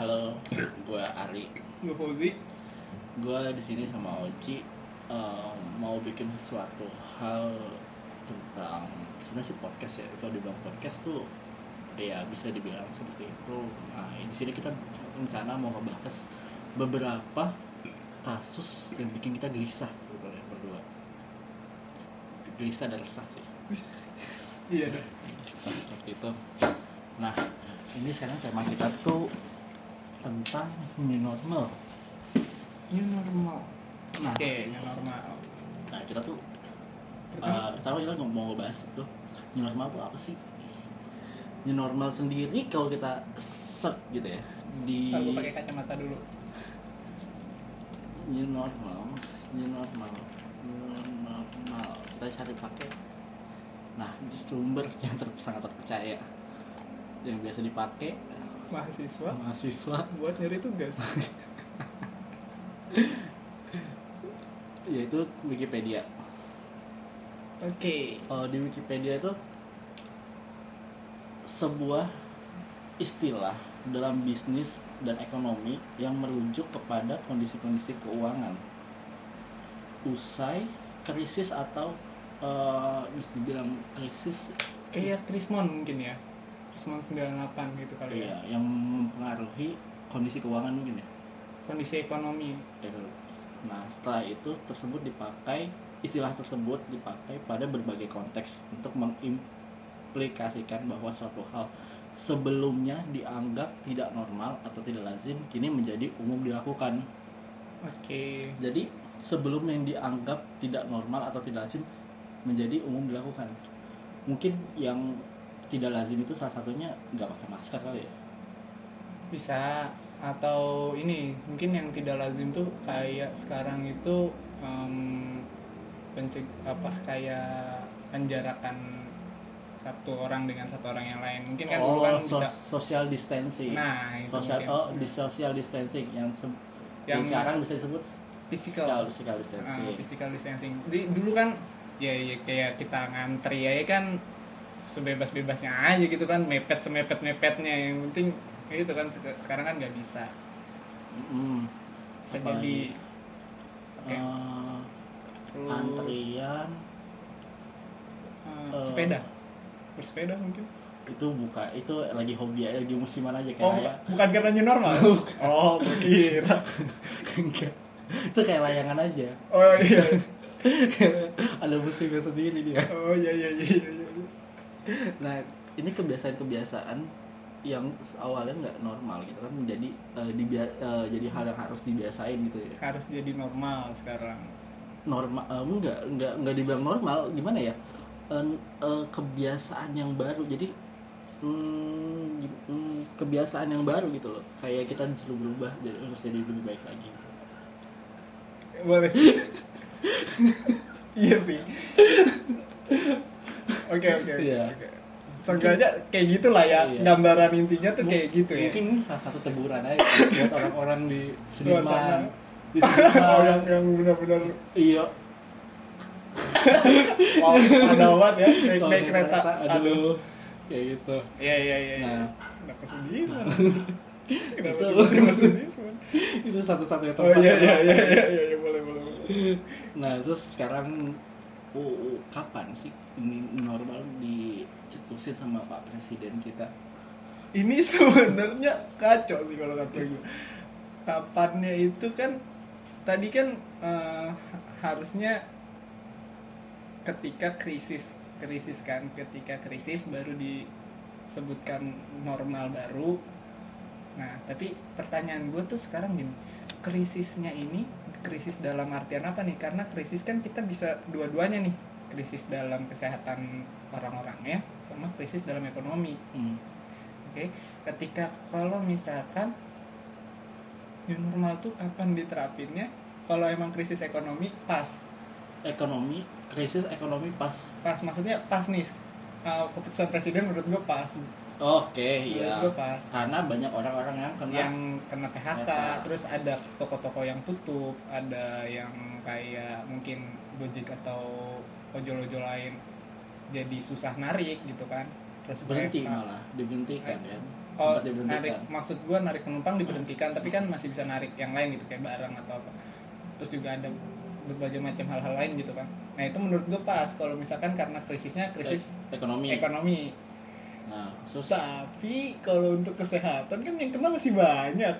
Halo, gue Ari. Gue Fauzi. Gue di sini sama Oci mau bikin sesuatu hal tentang sebenarnya sih podcast ya. Kalau dibilang podcast tuh ya bisa dibilang seperti itu. Nah, di sini kita rencana mau ngebahas beberapa kasus yang bikin kita gelisah sebenarnya berdua. Gelisah dan resah sih. Iya deh. Seperti itu. Nah, ini sekarang tema kita tuh tentang new normal. New normal. Nah, Oke, new normal. Nah, kita tuh pertama kita mau ngebahas itu new normal itu apa sih? New normal sendiri kalau kita search gitu ya di Aku pakai kacamata dulu. new normal kita cari pakai. Nah, di sumber yang sangat terpercaya yang biasa dipakai mahasiswa buat nyari tugas. yaitu Wikipedia. Oke. Di Wikipedia itu sebuah istilah dalam bisnis dan ekonomi yang merujuk kepada kondisi-kondisi keuangan usai krisis atau bisa dibilang krisis Kayak Krismon mungkin ya. Krismon 98 gitu kali ya. yang mempengaruhi kondisi keuangan mungkin ya. Kondisi ekonomi. Nah, setelah itu istilah tersebut dipakai pada berbagai konteks untuk mengimplikasikan bahwa suatu hal sebelumnya dianggap tidak normal atau tidak lazim kini menjadi umum dilakukan. Oke. Jadi sebelum yang dianggap tidak normal atau tidak lazim menjadi umum dilakukan. Mungkin yang tidak lazim itu salah satunya nggak pakai masker kali ya. Bisa. Atau ini mungkin yang tidak lazim tuh kayak sekarang itu kayak penjarakan satu orang dengan satu orang yang lain. Mungkin kan dulu kan bisa social distancing. Nah, itu social distancing yang sekarang bisa disebut physical distancing. Physical distancing. Dulu kan ya kayak kita ngantri ya kan sebebas-bebasnya aja gitu kan, mepet semepet-mepetnya, yang penting itu kan. Sekarang kan nggak bisa. Bisa jadi antrian sepeda, bersepeda mungkin. Itu lagi hobi aja, lagi musiman aja kayak. Bukan karena new normal. Oh, kira. Itu kayak layangan aja. Oh iya. Ada musimnya sendiri dia. Oh iya. Nah, ini kebiasaan yang awalnya nggak normal gitu kan menjadi jadi hal yang harus dibiasain gitu ya. Harus jadi normal sekarang. Normal nggak dibilang normal, gimana ya? Kebiasaan yang baru. Jadi kebiasaan yang baru gitu loh. Kayak kita disuruh berubah harus jadi lebih baik lagi. Boleh sih. Iya sih. Oke. Iya. Seenggaknya kayak gitulah ya. Iya. Gambaran intinya tuh kayak gitu ya. Mungkin salah satu teguran aja buat orang-orang di Sudirman. yang benar-benar. Iya. Wow, ada banget ya naik kereta. Aduh. Kayak gitu. Iya. Nah, kenapa Sudirman? Itu satu-satunya tempat. Iya, boleh. Nah, terus sekarang kapan sih ini normal dicetusin sama Pak Presiden kita? Ini sebenarnya kacau sih kalau kata gue. Kapannya itu kan tadi kan harusnya ketika krisis baru disebutkan normal baru. Nah, tapi pertanyaan gue tuh sekarang gini, krisisnya ini krisis dalam artian apa nih? Karena krisis kan kita bisa dua-duanya nih, krisis dalam kesehatan orang-orang ya, sama krisis dalam ekonomi. Oke. Ketika kalau misalkan new normal tuh kapan diterapinnya? Kalau emang krisis ekonomi pas. Krisis ekonomi pas. Maksudnya pas nih. Keputusan presiden menurut gue pas. Oke, iya. Pas. Karena banyak orang-orang yang kena PHK, terus ada toko-toko yang tutup, ada yang kayak mungkin Gojek atau ojol-ojol lain jadi susah narik gitu kan. Terus berhenti malah dibentikan kan. Oh, sempat diberhentikan. narik, maksud gue narik penumpang diberhentikan, tapi kan masih bisa narik yang lain gitu kayak barang atau apa. Terus juga ada berbagai macam hal-hal lain gitu kan. Nah itu menurut gue pas kalau misalkan karena krisis Ekonomi. Nah, terus Tapi kalau untuk kesehatan kan yang kena masih banyak.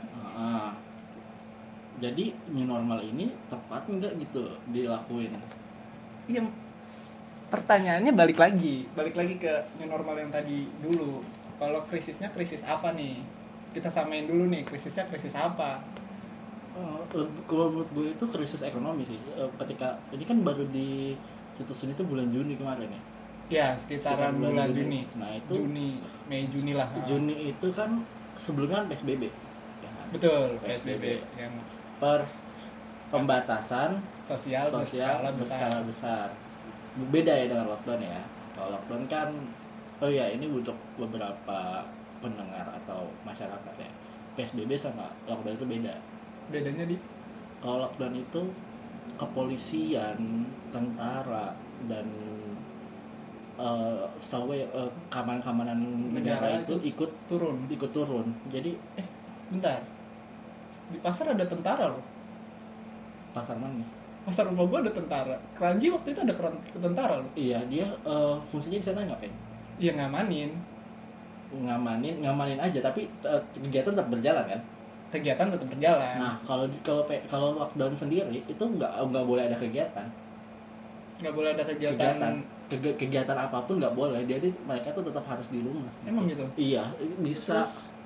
Jadi new normal ini tepat nggak gitu dilakuin? Iya, pertanyaannya balik lagi ke new normal yang tadi dulu. Kalau krisisnya krisis apa nih? Kita samain dulu nih, krisisnya krisis apa? Kalau menurut gue itu krisis ekonomi sih. Ketika ini kan baru dicetusin itu bulan Juni kemarin ya. Ya, sekitaran bulan Juni. Nah itu Juni lah. Juni itu kan sebelumnya PSBB. Ya kan? Betul, PSBB yang pembatasan sosial berskala besar. Beda ya dengan lockdown ya. Kalau lockdown kan, oh ya ini untuk beberapa pendengar atau masyarakat ya. PSBB sama lockdown itu beda. Bedanya di Kalau lockdown itu kepolisian, tentara dan keamanan negara itu ikut turun. Jadi bentar. Di pasar ada tentara loh. pasar mana? Pasar rumah gua ada tentara. Keranji waktu itu ada tentara loh. Iya, dia fungsinya di sana ngapain? Iya, Ngamanin aja, tapi kegiatan tetap berjalan kan? Kegiatan tetap berjalan. Nah, kalau lockdown sendiri itu nggak boleh ada kegiatan. Nggak boleh ada Kegiatan apapun nggak boleh. Jadi mereka tuh tetap harus di rumah. Emang gitu? Iya, bisa.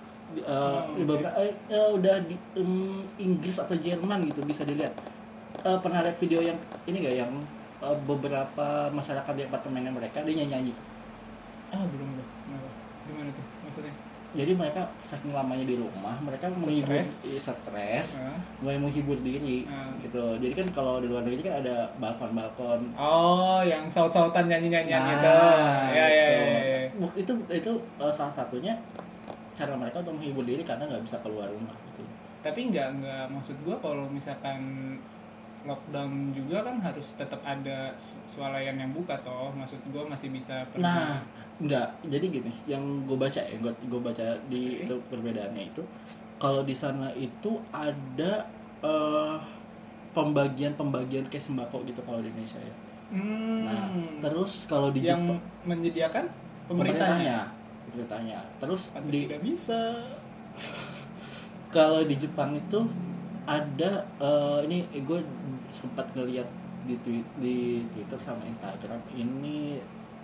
Udah di Inggris atau Jerman gitu bisa dilihat. Pernah lihat video yang ini nggak, yang beberapa masyarakat di apartemennya mereka dia nyanyi. Belum. Gimana tuh maksudnya? Jadi mereka saking lamanya di rumah, mereka menghibur stres, mulai menghibur diri gitu. Jadi kan kalau di luar negeri kan ada balkon. Oh, yang saut-sautan nyanyi-nyanyian gitu. Ya. Itu salah satunya cara mereka untuk menghibur diri karena nggak bisa keluar rumah gitu. Tapi nggak maksud gua kalau misalkan lockdown juga kan harus tetap ada swalayan yang buka toh. Maksud gua masih bisa pergi. Nah, enggak. Jadi gini, yang gue baca di itu perbedaannya itu kalau di sana itu ada pembagian kayak sembako gitu kalau di Indonesia ya. Nah, terus kalau di yang Jepang menyediakan pemerintahnya. Terus tidak bisa. Kalau di Jepang itu ada ini gue sempat ngeliat di Twitter sama Instagram ini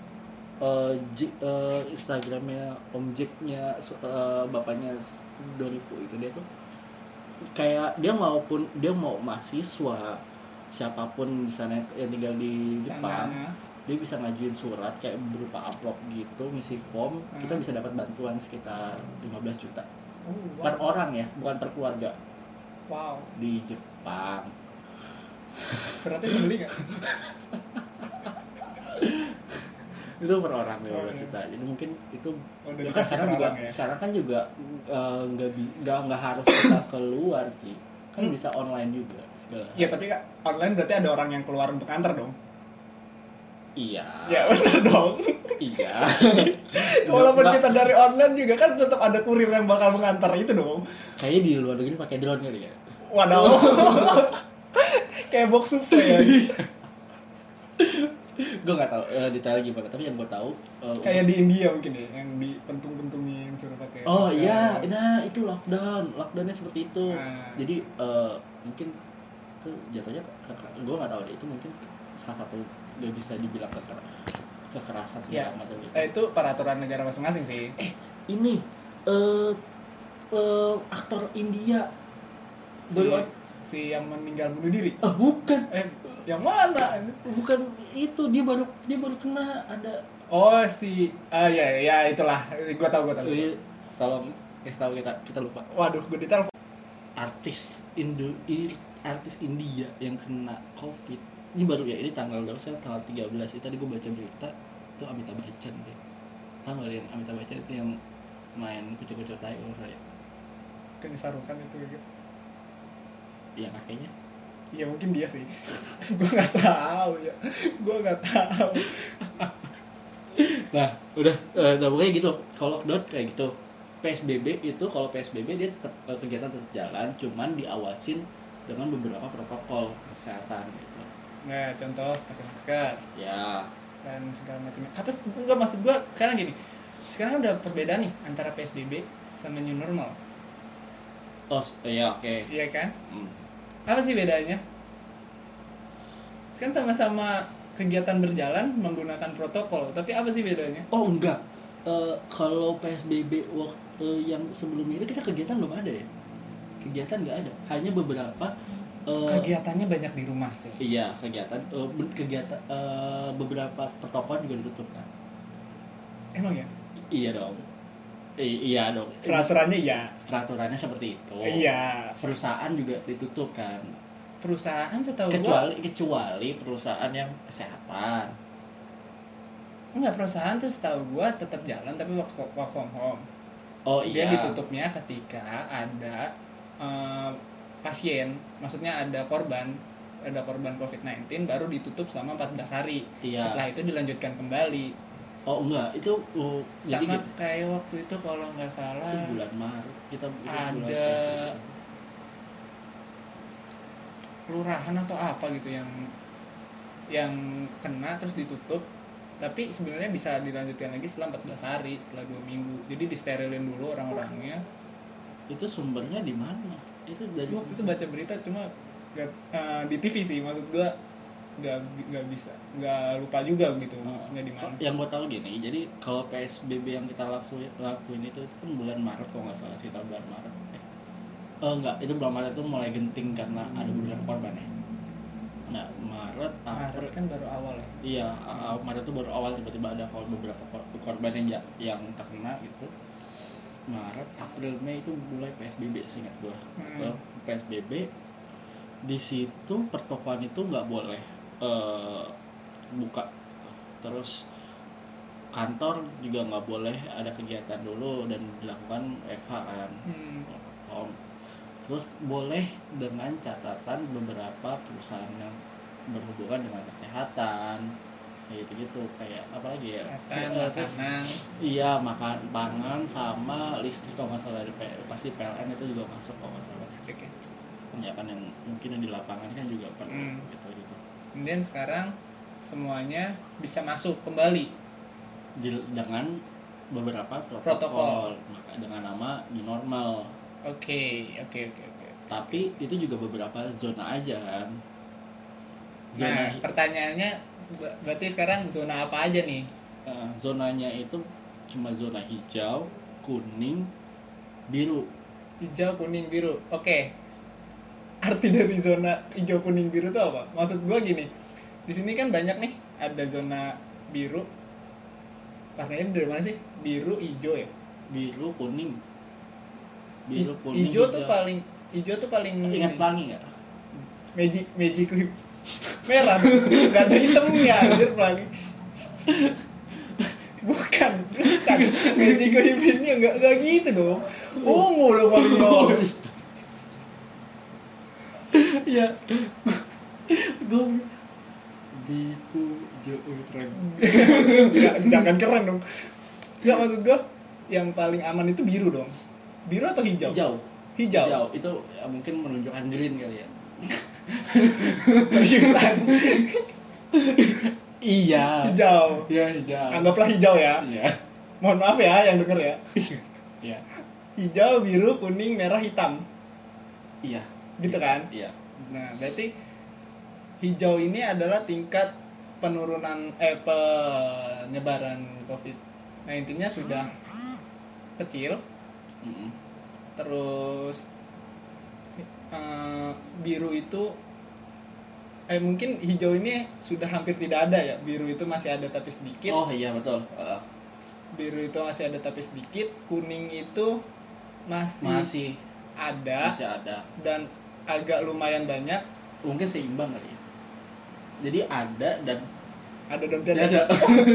Instagramnya Om Jacknya bapaknya Doripo itu, dia tuh kayak dia mau mahasiswa siapapun di sana yang tinggal di Jepang dia bisa ngajuin surat kayak berupa amplop gitu, ngisi form, kita bisa dapat bantuan sekitar 15 juta per orang ya, bukan per keluarga. Wow. Di Jepang. Suratnya dibeli nggak? Itu per orang 15 juta. Jadi mungkin itu ya kan sekarang kan juga nggak harus kita keluar sih. Kan bisa online juga segala. Iya, tapi kan online berarti ada orang yang keluar untuk antar dong. Iya. Ya benar dong. Iya. Walaupun kita dari online juga kan tetap ada kurir yang bakal mengantar itu dong. Kayaknya di luar negeri pakai drone kali ya. Waduh. Kayak box supply ya. Gue nggak tahu detailnya gimana, tapi yang gue tahu kayak di India mungkin ya, yang dipentung-pentungin suruh pakai. Oh iya, nah itu lockdownnya seperti itu. Jadi mungkin tuh jatuhnya gue nggak tahu deh, itu mungkin salah satu gak bisa dibilang kekerasan ya. Macam gitu. Itu peraturan negara masing-masing sih. Ini aktor India si yang meninggal bunuh diri. Bukan. Yang mana? Bukan itu, dia baru kena ada. Oh ya itulah. Gua tahu. Tolong kasih tahu kita lupa. Waduh, gue ditelepon. Artis India yang kena COVID. Ini baru ya, ini tanggal 13 itu tadi gue baca berita itu Amitabh Bachchan sih. Tahu nggak yang Amitabh Bachchan itu yang main kucing-kucing tai kalau saya? Kan disarukan itu gitu. Iya kakeknya. Iya mungkin dia sih. Gue nggak tahu. Nah udah pokoknya gitu. Kalau lockdown kayak gitu. PSBB itu, kalau PSBB dia tetap kegiatan tetap jalan, cuman diawasin dengan beberapa protokol kesehatan gitu. Nah, contoh pakai masker Ya. dan segala macamnya. Apa sih? Enggak, maksud gua sekarang gini. Sekarang udah perbedaan nih antara PSBB sama new normal. Oh, iya, oke. Iya kan? Hmm. Apa sih bedanya? Kan sama-sama kegiatan berjalan menggunakan protokol, tapi apa sih bedanya? Oh, enggak. Kalau PSBB waktu yang sebelumnya itu kita kegiatan belum ada ya? Kegiatan nggak ada. Hanya beberapa Kegiatannya banyak di rumah sih. iya, kegiatan beberapa pertokoan juga ditutup kan. Emang ya? Iya dong. Iya dong. Peraturannya iya. Peraturannya seperti itu. Iya. Perusahaan juga ditutup kan. Perusahaan setahu gua Kecuali perusahaan yang kesehatan. enggak, perusahaan tuh setahu gua tetap jalan tapi work from home. Oh Dia iya. ditutupnya ketika ada pasien, maksudnya ada korban COVID-19 baru ditutup selama 14 hari. Iya. Setelah itu dilanjutkan kembali. Oh enggak, itu jadi Sama kayak waktu itu kalau nggak itu salah bulan Maret kita itu bulan ada kelurahan atau apa gitu yang kena terus ditutup, tapi sebenarnya bisa dilanjutkan lagi setelah 14 hari, setelah 2 minggu. Jadi disterilin dulu orang-orangnya. itu sumbernya di mana? Itu dari Waktu itu baca berita cuma di TV sih, maksud gua nggak bisa, nggak lupa juga gitu maksudnya di mana. Yang gue tahu gini, jadi kalau PSBB yang kita lakuin itu kan bulan Maret kalau nggak salah, sekitar bulan Maret. Enggak, itu bulan Maret itu mulai genting karena ada beberapa korban ya. Nah, Maret kan baru awal ya. Iya, Maret itu baru awal tiba-tiba ada beberapa korban yang terkena gitu. Maret, April, Mei itu mulai PSBB seingat gue. PSBB di situ pertokoan itu nggak boleh buka, terus kantor juga nggak boleh ada kegiatan dulu dan dilakukan WFH kan. Terus boleh dengan catatan beberapa perusahaan yang berhubungan dengan kesehatan gitu kayak apa lagi ya, makanan. Iya, makan, pangan sama listrik kalau nggak salah, pasti PLN itu juga masuk kalau nggak salah, Listrik ya. Ya kan, yang mungkin yang di lapangan kan juga perlu gitu. Kemudian sekarang semuanya bisa masuk kembali Dengan beberapa protokol. Maka dengan nama new normal. Oke. Tapi itu juga beberapa zona aja kan. Nah, pertanyaannya berarti sekarang zona apa aja nih? Zonanya itu cuma zona hijau, kuning, biru. Hijau, kuning, biru. Oke. Arti dari zona hijau, kuning, biru itu apa? Maksud gue gini, di sini kan banyak nih, ada zona biru. Warnanya dari mana sih? Biru, hijau ya? Biru, kuning. Biru, kuning, hijau tuh paling ingat pelangi nggak? Magic merah, nggak ada hitamnya, anjir pelangi. Bukan. Magic ini nggak gitu dong. Ungu dong paling bawah. Iya. Gue biku jauh keren. Jangan keren dong. Nggak, maksud gue yang paling aman itu biru dong. Biru atau hijau? Hijau. Itu ya, mungkin menunjukkan green kali ya. Iya. Hijau. Iya, hijau. Anggaplah hijau ya. Iya. Mohon maaf ya yang denger ya. Iya. Hijau, biru, kuning, merah, hitam. Iya. Gitu kan? Iya. Nah, berarti hijau ini adalah tingkat penurunan penyebaran COVID-19-nya sudah kecil. Terus biru itu mungkin hijau ini sudah hampir tidak ada ya. Biru itu masih ada tapi sedikit. Oh iya, betul. Biru itu masih ada tapi sedikit. Kuning itu masih ada dan agak lumayan banyak. Mungkin seimbang kali ya. Jadi ada dan tidak ada.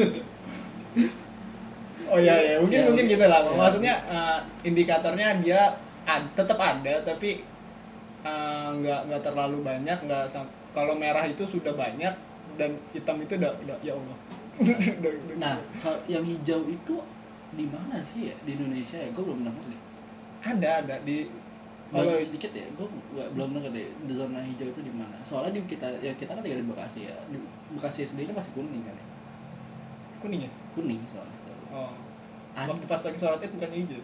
Oh iya, mungkin gitu lah. Maksudnya indikatornya dia tetap ada tapi nggak terlalu banyak, kalau merah itu sudah banyak dan hitam itu udah ya Allah. Nah, kalau yang hijau itu di mana sih ya di Indonesia ya? Gue belum denger deh. Ada di Kalau kalau sedikit ya, gue belum denger deh di zona hijau itu di mana. Soalnya di kita kan tinggal di Bekasi ya. Di Bekasi sendiri masih kuning kan ya. kuning ya. Kuning soalnya. Oh. Ada. Waktu pas lagi sholat itu bukannya hijau.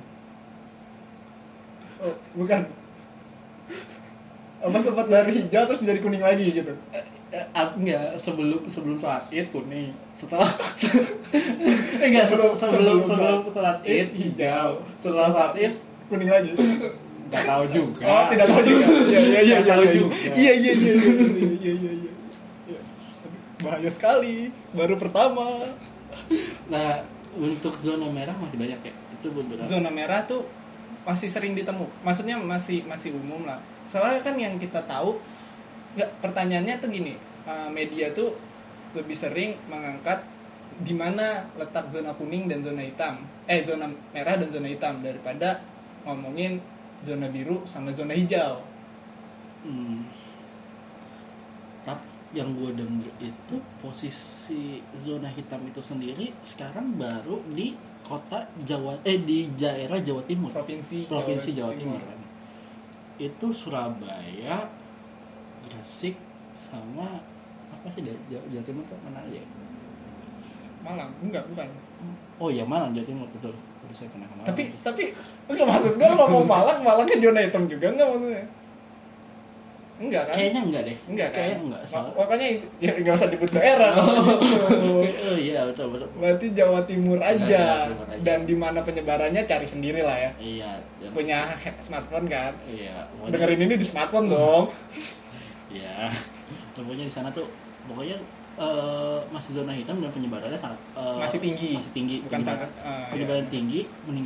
Oh, bukan. Apa sempat dari hijau terus menjadi kuning lagi gitu. Enggak, sebelum sholat Id kuning. Setelah enggak sebelum sholat Id hijau. Setelah sholat Id kuning lagi. enggak tahu juga. Oh, tidak tahu juga. Iya. Nggak tahu juga. Iya. Bahaya sekali. Baru pertama. Nah, untuk zona merah masih banyak ya. Itu beberapa. Zona merah tuh masih sering ditemu. Maksudnya masih umum lah. Soalnya kan yang kita tahu pertanyaannya tuh gini, media tuh lebih sering mengangkat di mana letak zona kuning dan zona hitam. Zona merah dan zona hitam daripada ngomongin zona biru sama zona hijau. Tapi yang gue denger itu posisi zona hitam itu sendiri sekarang baru di kota di daerah Jawa Timur. Provinsi Jawa Timur kan. Itu Surabaya, Gresik sama apa sih Jawa Timur tuh mana aja? Malang, bukan. Oh iya Malang Jawa Timur betul. Udah saya pernah ke Malang. Tapi enggak maksud gue kalau mau Malangnya zona hitam juga enggak maksudnya. Enggak kan? Kayaknya enggak deh. Enggak kan? Kayaknya enggak. Makanya ya enggak usah disebut daerah. Oh iya betul. Berarti Jawa Timur aja. Jawa Timur aja. Dan di mana penyebarannya cari sendiri lah ya. Iya. Punya smartphone kan? Iya. Dengerin ini di smartphone dong. Iya. Pokoknya di sana tuh masih zona hitam dan penyebarannya sangat masih tinggi. Bukan sangat penyebaran iya. tinggi.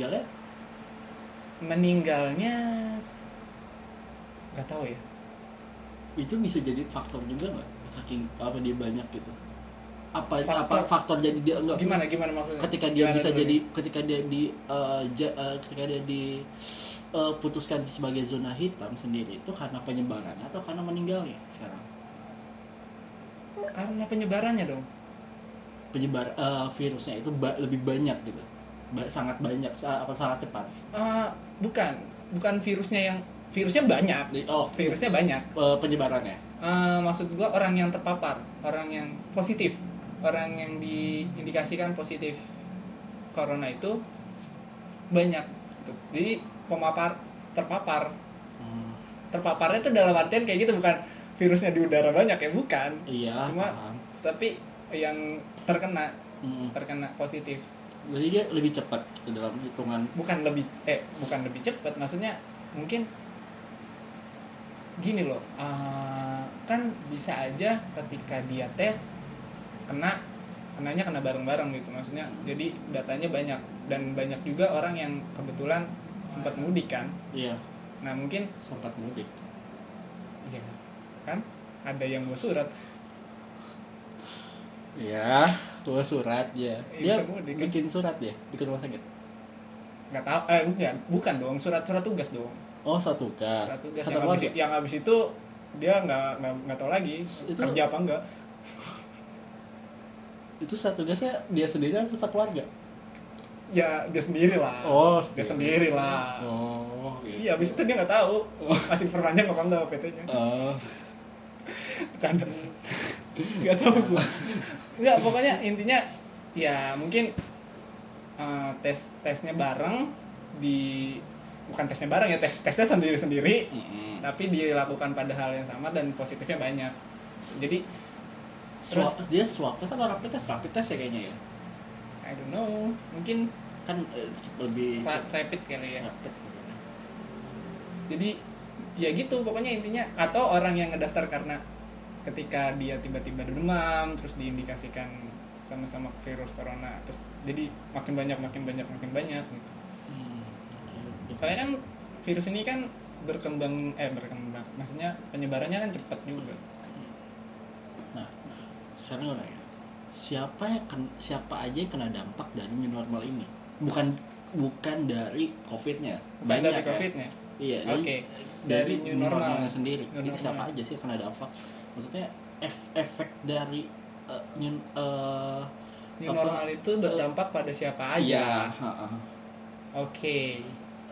Meninggalnya nggak tahu ya. Itu bisa jadi faktor juga nggak? Saking apa dia banyak gitu. Faktor jadi dia enggak? Gimana maksudnya? Ketika dia bisa jadi ketika dia putuskan sebagai zona hitam sendiri itu karena penyebarannya atau karena meninggalnya sekarang? Karena penyebarannya dong. Virusnya itu lebih banyak gitu. Sangat banyak sangat cepat. Bukan virusnya banyak. Virusnya banyak. Penyebarannya. Maksud gua orang yang terpapar, orang yang positif, orang yang diindikasikan positif corona itu banyak. Jadi terpapar. Terpaparnya itu dalam artian kayak gitu, bukan virusnya di udara banyak ya, bukan. Iya. Cuma tapi yang terkena positif. Jadi dia lebih cepat gitu dalam hitungan. Bukan lebih cepat, maksudnya mungkin gini loh, kan bisa aja ketika dia tes kenanya kena bareng-bareng gitu, maksudnya jadi datanya banyak dan banyak juga orang yang kebetulan sempat mudik kan. Iya. Nah mungkin sempat mudik. Iya kan, ada yang bawa surat. Iya, bawa surat ya. Dia mudik, bikin surat ya di rumah sakit. Nggak tahu, bukan dong, surat tugas dong. Oh, surat tugas. Yang habis itu dia nggak tahu lagi itu, kerja apa enggak. Itu surat tugasnya dia sendiri atau keluarga? Ya dia sendiri lah. Oh, dia sendiri lah. Oh, gitu. Iya, habis itu dia nggak tahu masih perpanjang apa enggak PT-nya. Bercanda. Nggak tahu gua. Nggak, pokoknya intinya ya mungkin tesnya bareng bukan tesnya bareng ya, tesnya sendiri-sendiri, tapi dilakukan pada hal yang sama dan positifnya banyak. Jadi terus dia swab test atau rapid test ya kayaknya ya. I don't know, mungkin kan lebih rapid kali ya. Rapid. Jadi ya gitu pokoknya intinya, atau orang yang ngedaftar karena ketika dia tiba-tiba demam terus diindikasikan sama-sama virus corona, terus jadi makin banyak gitu. Soalnya kan virus ini kan berkembang, maksudnya penyebarannya kan cepat juga. Nah, sekarang ya, siapa aja yang kena dampak dari new normal ini? Bukan dari COVID-nya. Bukan dari COVID-nya. Iya. Oke. Dari new normalnya sendiri. Itu siapa aja sih yang kena dampak? Maksudnya efek dari New normal itu berdampak pada siapa aja. Iya. Oke.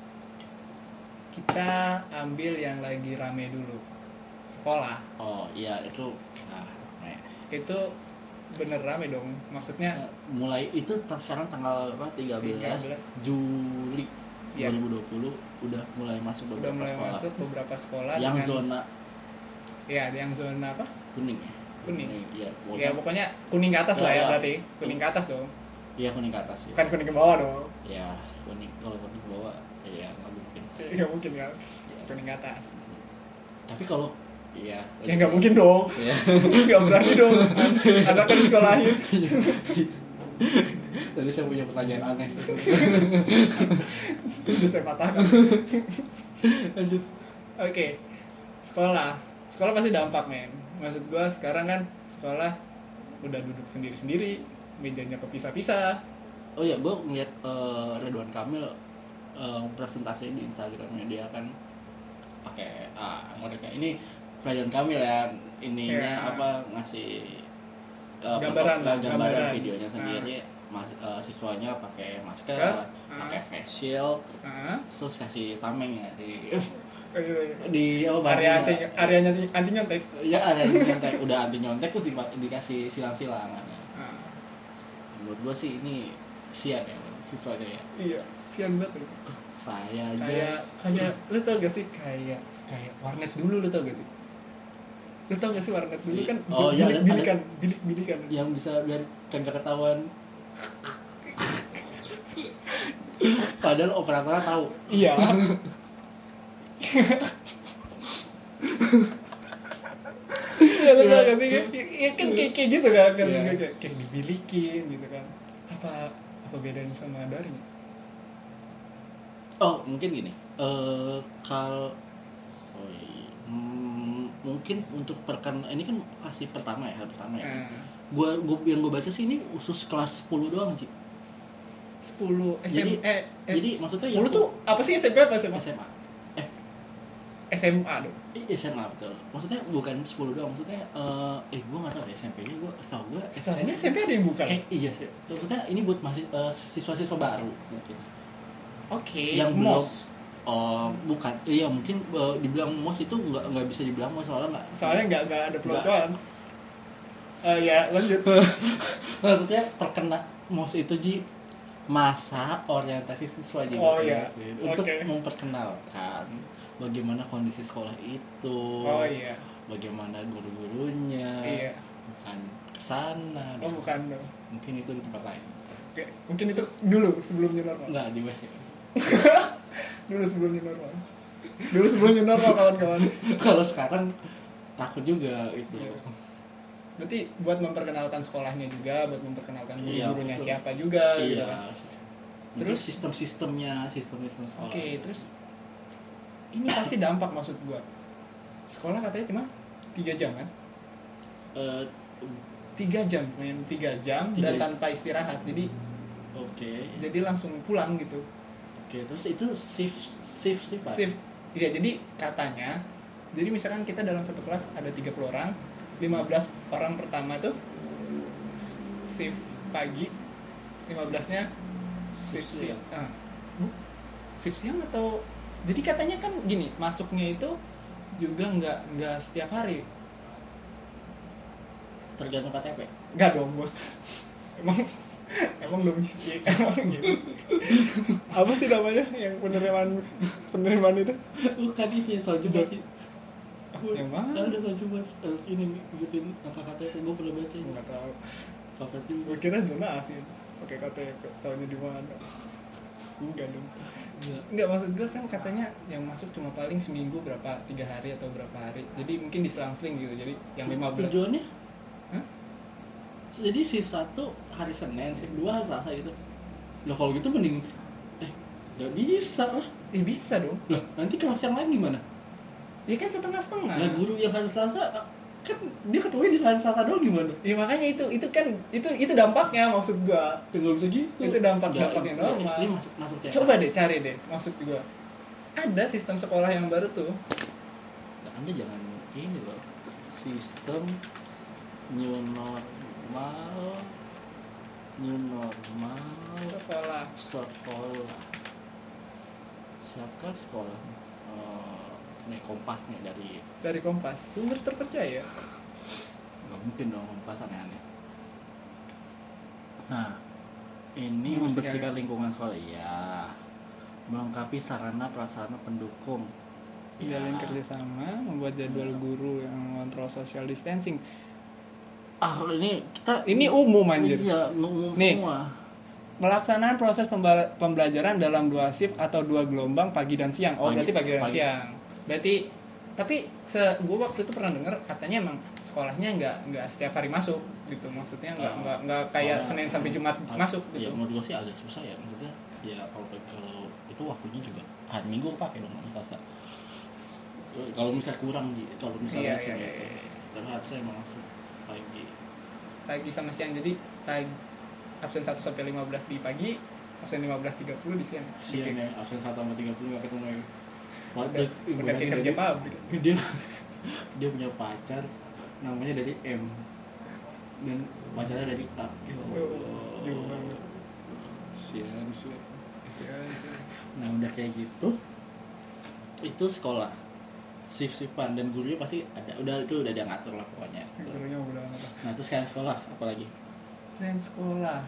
Kita ambil yang lagi rame dulu. Sekolah. Oh iya itu. Itu bener rame dong. Maksudnya mulai itu sekarang tanggal apa 13 Juli ya. 2020 udah mulai masuk beberapa sekolah yang dengan, zona yang zona apa? kuning ya. Kuning. Iya. Ya pokoknya kuning ke atas lah ya berarti. Kuning ke atas dong. Iya kuning ke atas ya. Bukan kuning ke bawah dong. Ya kuning, kalau kuning ke bawah ya nggak mungkin. Nggak mungkin ya. Kuning ke atas. Tapi kalau ya nggak mungkin dong. Ya. Nggak berani dong. Anak kan sekolahin. Tadi saya punya pertanyaan aneh. Udah saya patahkan. Lanjut. Oke. Sekolah pasti dampak, men. Maksud gua sekarang kan sekolah udah duduk sendiri-sendiri, mejanya kepisah-pisah. Oh ya, gua ngeliat Ridwan Kamil presentasi di Instagramnya, dia kan pakai modelnya ini Ridwan Kamil ya, ininya apa ngasih gambaran videonya sendiri. Siswanya pakai masker, pakai face shield, terus kasih tameng ya di area anti nyontek. Ya area anti nyontek, udah anti nyontek terus dikasih silang-silang. Menurut gua sih ini sian ya siswanya ya. Iya, sian banget. Saya aja kayak lu tau gak sih kayak warnet dulu, lu tau gak sih? Lu tau gak sih warnet dulu kan bilik-bilikan yang bisa biar kagak ketahuan. Padahal operatornya tahu. Iya. Ya lu tau gak sih? Ya kan kayak gitu kan, kayak dibilikin gitu kan. Apa bedanya sama daring? Oh mungkin gini. Mungkin untuk ini kan kasih pertama ya. Gua yang gue baca sih ini khusus kelas 10 doang sih. 10 jadi maksudnya 10 tuh apa sih, SMP apa SMA? SMA dong. SMA betul. Maksudnya bukan 10 doang, maksudnya gue enggak tahu ya SMP-nya, SMP ada yang bukan. Iya sih. Maksudnya ini buat siswa-siswa baru mungkin. Oke. Yang MOS. Bukan. Iya, mungkin dibilang MOS itu enggak bisa dibilang MOS soalnya enggak ada peloncoan. Ya, lanjut. Maksudnya terkena MOS itu di masa orientasi siswa juga. Oh iya. Untuk memperkenalkan bagaimana kondisi sekolah itu. Oh iya. Bagaimana guru-gurunya. Iya. Bukan kesana. Oh bukan dong. Mungkin itu di tempat lain. Oke. Mungkin itu dulu sebelum new normal. Enggak, di WC. Dulu sebelum new normal kawan-kawan. Kalau sekarang takut juga itu. Iya. Berarti buat memperkenalkan sekolahnya juga, buat memperkenalkan guru-gurunya siapa juga gitu kan. Terus sistem-sistemnya sekolah. Oke, terus ini pasti dampak, maksud gua. Sekolah katanya cuma 3 jam kan? 3 jam, main 3 jam dan tanpa istirahat. Jadi jadi langsung pulang gitu. Oke, terus itu shift Pak. Shift. Iya, jadi katanya, jadi misalkan kita dalam satu kelas ada 30 orang, 15 orang pertama tuh shift pagi, 15-nya shift siang. Shift siang atau jadi katanya kan gini, masuknya itu juga nggak setiap hari. Tergantung KTP. Nggak dong, Bos. Emang domisili emang gitu. Apa sih namanya yang penerimaan itu? Bukan ini soal juga. Yang mana? Ada soal coba ini ngikutin apa KTP, gue pernah baca. Nggak tahu. Kapan juga? Gue kira zona asin. Pakai KTP, tahunya di mana? Enggak dong. Enggak, maksud gue kan katanya yang masuk cuma paling seminggu berapa 3 hari atau berapa hari. Jadi mungkin diselang-seling gitu. Jadi yang 15. Tujuannya? Hah? Jadi shift 1 hari Senin, shift 2 hari Selasa gitu. Loh kalau gitu mending nggak bisa lah. Bisa dong. Loh nanti kelas yang lain gimana? Ya kan setengah-setengah. Nah guru yang hari Selasa kan dia ketuanya di hari Selasa doang gimana? Ya makanya itu kan itu dampaknya, maksud gua. Nggak bisa gitu. Itu dampaknya normal. Ini masuk coba deh cari deh, maksud gua. Ada sistem sekolah yang baru tuh. Nah, Anda jangan ini loh. Sistem new normal New normal Sekolah. sekolah. Siapa sekolah? Nih Kompas nih Dari Kompas, sumber terpercaya. nggak mungkin dong Kompas aneh-aneh. Nah, ini Maksudnya- membersihkan lingkungan sekolah, ya. Melengkapi sarana prasarana pendukung. Ya. Jalin kerjasama, membuat jadwal guru yang mengontrol social distancing. Ini kita Ini umum anjir. Iya, umum Nih. semua. Melaksanaan proses pembelajaran dalam 2 shift atau 2 gelombang pagi dan siang. Oh, berarti pagi dan siang. Berarti tapi gue waktu itu pernah dengar katanya emang sekolahnya nggak setiap hari masuk gitu, maksudnya nggak kayak Senin sampai Jumat masuk Ya gitu. menurut gue sih agak susah ya, maksudnya ya kalau itu waktunya juga hari Minggu pakai dong, hari Selasa. Kalau misalnya kurang, kalau misalnya Iya. tapi harusnya emang Pagi sama siang, jadi pagi absen 1 sampai 15 di pagi, absen 15.30 di siang. siang ya, absen 1 sampai 30 nggak ketemu ya. Udah kayak kerja pabrik. Dia punya pacar namanya dari M dan pacarnya dari A. Jauh banget. Sian. Sian. Nah udah kayak gitu, itu sekolah shift-shiftan dan gurunya pasti ada, udah dia ngatur lah pokoknya. Gurunya udah apa? Nah terus sekarang sekolah apalagi? Dan sekolah.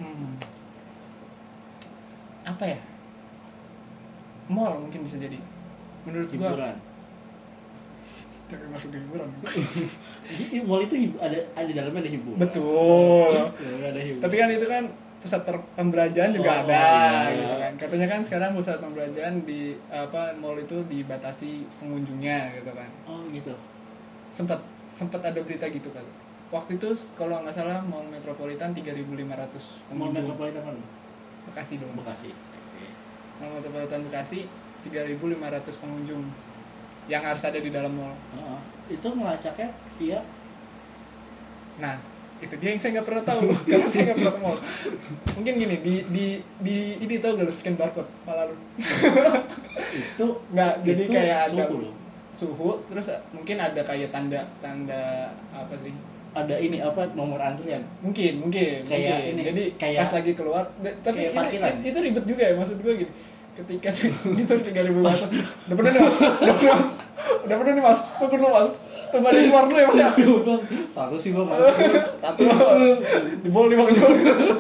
Apa ya? Mall mungkin bisa jadi. Menurut gua Hiburan. tapi masuk hiburan. Jadi mall itu ada dalamnya ada hiburan. Betul. Ada hiburan. Tapi kan itu kan pusat pembelanjaan juga ada iya. gitu kan. Katanya kan sekarang pusat pembelanjaan di mall itu dibatasi pengunjungnya gitu kan. Oh gitu. Sempat ada berita gitu kan. Waktu itu kalau nggak salah Mall Metropolitan 3.500 Mall pengunjung. Metropolitan mana? Bekasi dong. Bekasi. Oke. Mall Metropolitan Bekasi 3.500 pengunjung yang harus ada di dalam mall. Itu melacaknya via. Nah, itu dia yang saya nggak pernah tahu karena saya nggak pernah ke mall. Mungkin gini di ini tahu gak lu scan barcode malah lu. Itu Nggak, jadi itu kayak ada suhu loh. suhu, terus mungkin ada kayak tanda apa sih? Ada ini apa nomor antrian. Mungkin Kayak mungkin. ini, Jadi kayak- pas lagi keluar, tapi kayak parkiran. itu ribet juga ya, maksud gue gini. Ketika gitu 3.000 mas, udah pernah nih mas, udah pernah nih mas, tunggu dulu mas, tunggu ada yang keluar dulu ya mas ya. Satu sih bang. Satu di bawah 5 jam.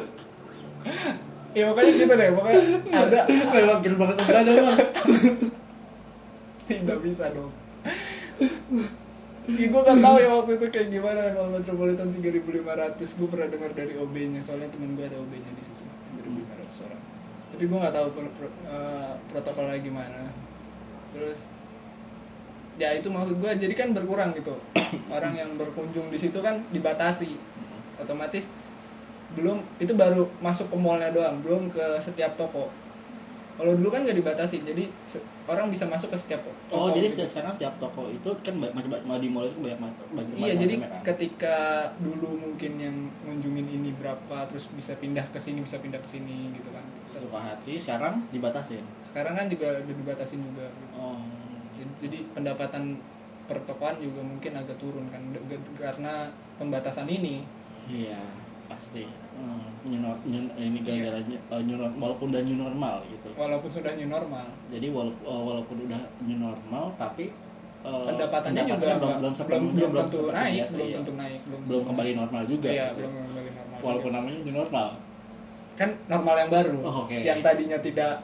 Ya pokoknya gitu deh, pokoknya ada Lewat gerbang sebelah ada bang. tidak bisa dong. Ya, gue gak tahu ya waktu itu kayak gimana kalau Metropolitan 3.500. Gue pernah dengar dari OB-nya, soalnya temen gue ada OB-nya di situ 3.500 orang. Tapi gue nggak tahu protokolnya gimana. Terus ya itu maksud gue, jadi kan berkurang gitu orang yang berkunjung di situ kan dibatasi, otomatis belum itu baru masuk ke mallnya doang, belum ke setiap toko. Kalau dulu kan nggak dibatasi, jadi orang bisa masuk ke setiap toko. Oh jadi gitu. sekarang tiap toko itu kan macam di mall itu banyak Iya, jadi macam-macam kan? ketika dulu mungkin yang ngunjungin ini berapa, terus bisa pindah ke sini gitu kan. Suka hati sekarang dibatasi. Sekarang kan juga udah dibatasin juga. Gitu. Oh. Jadi pendapatan pertokoan juga mungkin agak turun kan karena pembatasan ini. Iya pasti. Ini gara-gara walaupun udah new normal gitu. Walaupun sudah new normal. Jadi walaupun udah new normal tapi Pendapatannya juga belum sepenuhnya belum tentu seperti naik, biasa, belum iya. tentu naik, Belum kembali normal juga. Iya, gitu. belum kembali normal. Walaupun juga. namanya new normal. Kan normal yang baru. Oh, oke. Yang tadinya tidak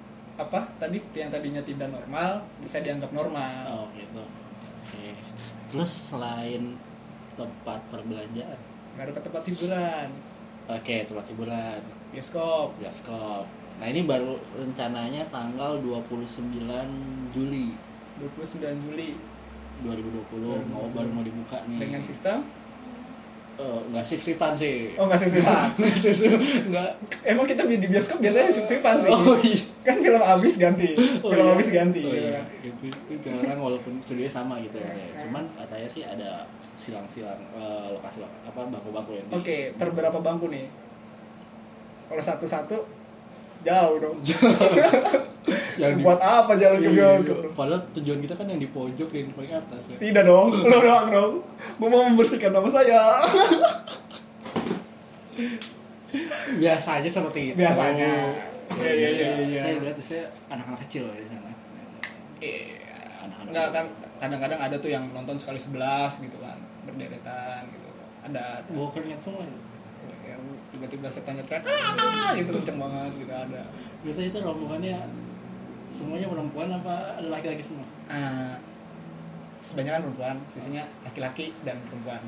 yang tadinya tidak normal bisa dianggap normal. Oh gitu. Oke. Terus selain tempat perbelanjaan, Baru ke tempat hiburan, oke tempat hiburan, bioskop. bioskop. Nah ini baru rencananya tanggal 29 Juli 29 Juli 2020 baru mau dibuka nih. dengan sistem Nggak shift-shiftan sih. oh nggak sip-sipan. Nggak. Emang kita di bioskop biasanya sip-sipan sih. Oh iya. Kan film habis ganti, Oh, film iya. habis ganti Oh, gitu iya. kan. Itu orang walaupun studionya sama gitu ya. Cuman katanya sih ada silang-silang lokasi apa bangku-bangku yang di- Oke, per berapa bangku nih? Kalau satu-satu jauh dong. yang di- Buat apa jalan ke Iya, bioskop? iya. Padahal tujuan kita kan yang di pojok yang di paling atas ya. Tidak dong, lo doang dong. Gue mau membersihkan nama saya. biasanya seperti itu. Biasanya. Iya. Saya lihat saya anak-anak kecil di sana. Iya. Anak-anak Enggak kecil. kan kadang-kadang ada tuh yang nonton sekali 11 gitu kan, berderetan gitu. Ada. Bawa keringat semua itu. Yang tiba-tiba setannya teriak gitu kenceng banget gitu ada. Biasanya itu rombongannya semuanya perempuan apa laki-laki semua? Kebanyakan perempuan, sisinya laki-laki dan perempuan.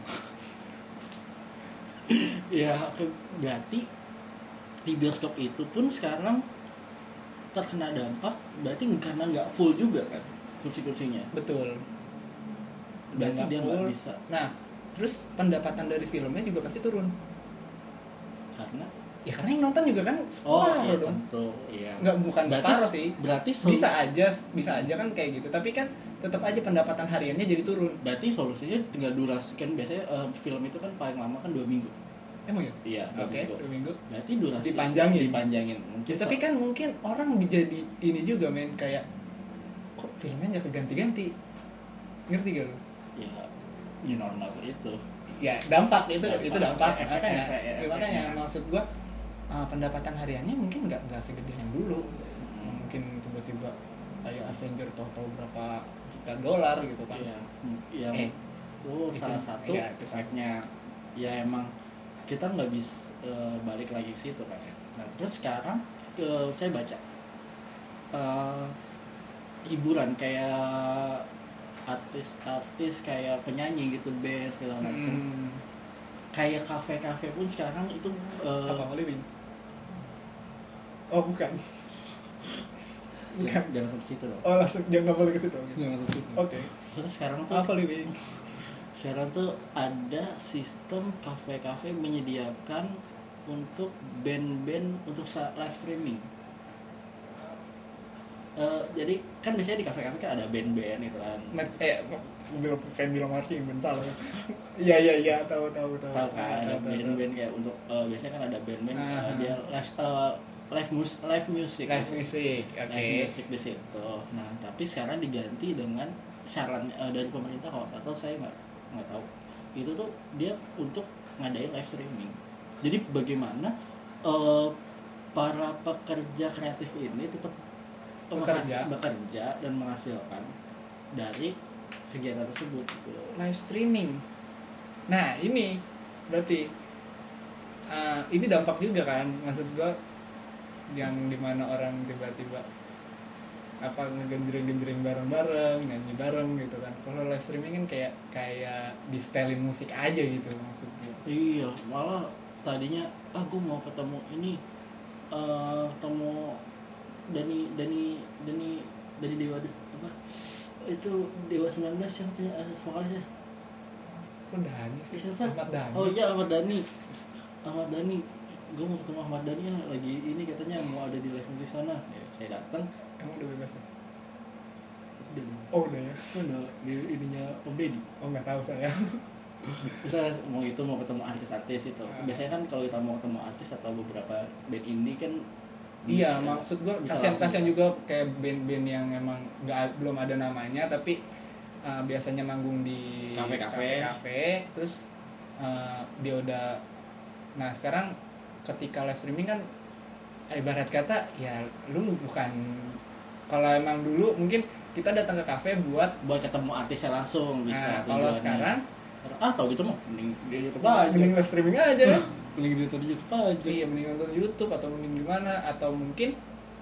Ya, berarti di bioskop itu pun sekarang terkena dampak, berarti karena nggak full juga kan kursi-kursinya. Betul. Berarti nggak dia full. nggak bisa Nah, terus pendapatan dari filmnya juga pasti turun. karena Karena yang nonton juga kan separuh dong. tentu, iya. Nggak, bukan Berarti- separuh sih. Berarti Bisa aja kan kayak gitu. Tapi kan tetap aja pendapatan hariannya jadi turun. Berarti solusinya tinggal durasi kan biasanya film itu kan paling lama kan 2 minggu. Emang ya? Iya, 2 Oke, minggu. 2 minggu. Berarti durasi Dipanjangin. Mungkin Tapi kan mungkin orang jadi ini juga men kayak kok filmnya nggak keganti-ganti. Ngerti gak lu? ya new normal itu. Ya dampak itu dampak. Efek-efek. Makanya maksud gua pendapatan hariannya mungkin nggak segede yang dulu. Mungkin tiba-tiba kayak Avenger tahu-tahu berapa juta dolar gitu kan. Iya. Yang itu salah satu iya, itu efeknya. Ya emang kita nggak bisa balik lagi ke situ kan. Nah terus sekarang saya baca hiburan kayak artis-artis kayak penyanyi gitu, band segala macam. Kayak kafe-kafe pun sekarang itu Apa Living? Oh bukan. Bukan. jangan sampai situ loh. Oh langsung jangan boleh ke situ. Jangan sampai situ. Oke. Terus sekarang tuh Apa Living? sekarang tuh ada sistem kafe-kafe menyediakan untuk band-band untuk live streaming. Jadi kan biasanya di kafe-kafe kan ada band-band gitu kan. Pengen bilang marching band salah. Iya tahu. Tahu kan ada band-band kayak untuk biasanya kan ada band-band dia live music. Live music. Oke. Live music di situ. Nah, tapi sekarang diganti dengan saran dari pemerintah atau saya nggak tahu. Itu tuh dia untuk ngadain live streaming. Jadi bagaimana para pekerja kreatif ini tetap bekerja dan menghasilkan dari kegiatan tersebut gitu. Live streaming. Nah ini berarti ini dampak juga kan, maksud gua yang dimana orang tiba-tiba ngegenjreng bareng-bareng, nyanyi bareng gitu kan. Kalau live streaming kan kayak di setelin musik aja gitu maksudnya. Iya, malah tadinya gue mau ketemu ini ketemu Dani Dewa apa itu Dewa 19 yang punya vokalisnya. Kok Dani sih? Siapa? Ahmad Dhani. Oh iya Ahmad Dhani. Gue mau ketemu Ahmad Dhani ya, lagi ini katanya mau ada di live musik sana. Ya, saya datang. Emang udah bebas ya? Oh udah ya? udah di ininya Om Deddy. Oh nggak tahu saya. Misalnya mau ketemu artis-artis itu. Biasanya kan kalau kita mau ketemu artis atau beberapa band indie kan. Iya, maksud gue kasihan juga kayak band-band yang emang belum ada namanya tapi biasanya manggung di kafe-kafe terus dia udah. Nah sekarang ketika live streaming kan ibarat kata ya lu bukan, kalau emang dulu mungkin kita datang ke kafe buat ketemu artisnya langsung bisa. Kalau sekarang tahu gitu mah mending di YouTube mending live streaming aja. Mending di YouTube aja. Iya, mending nonton YouTube atau mending gimana, atau mungkin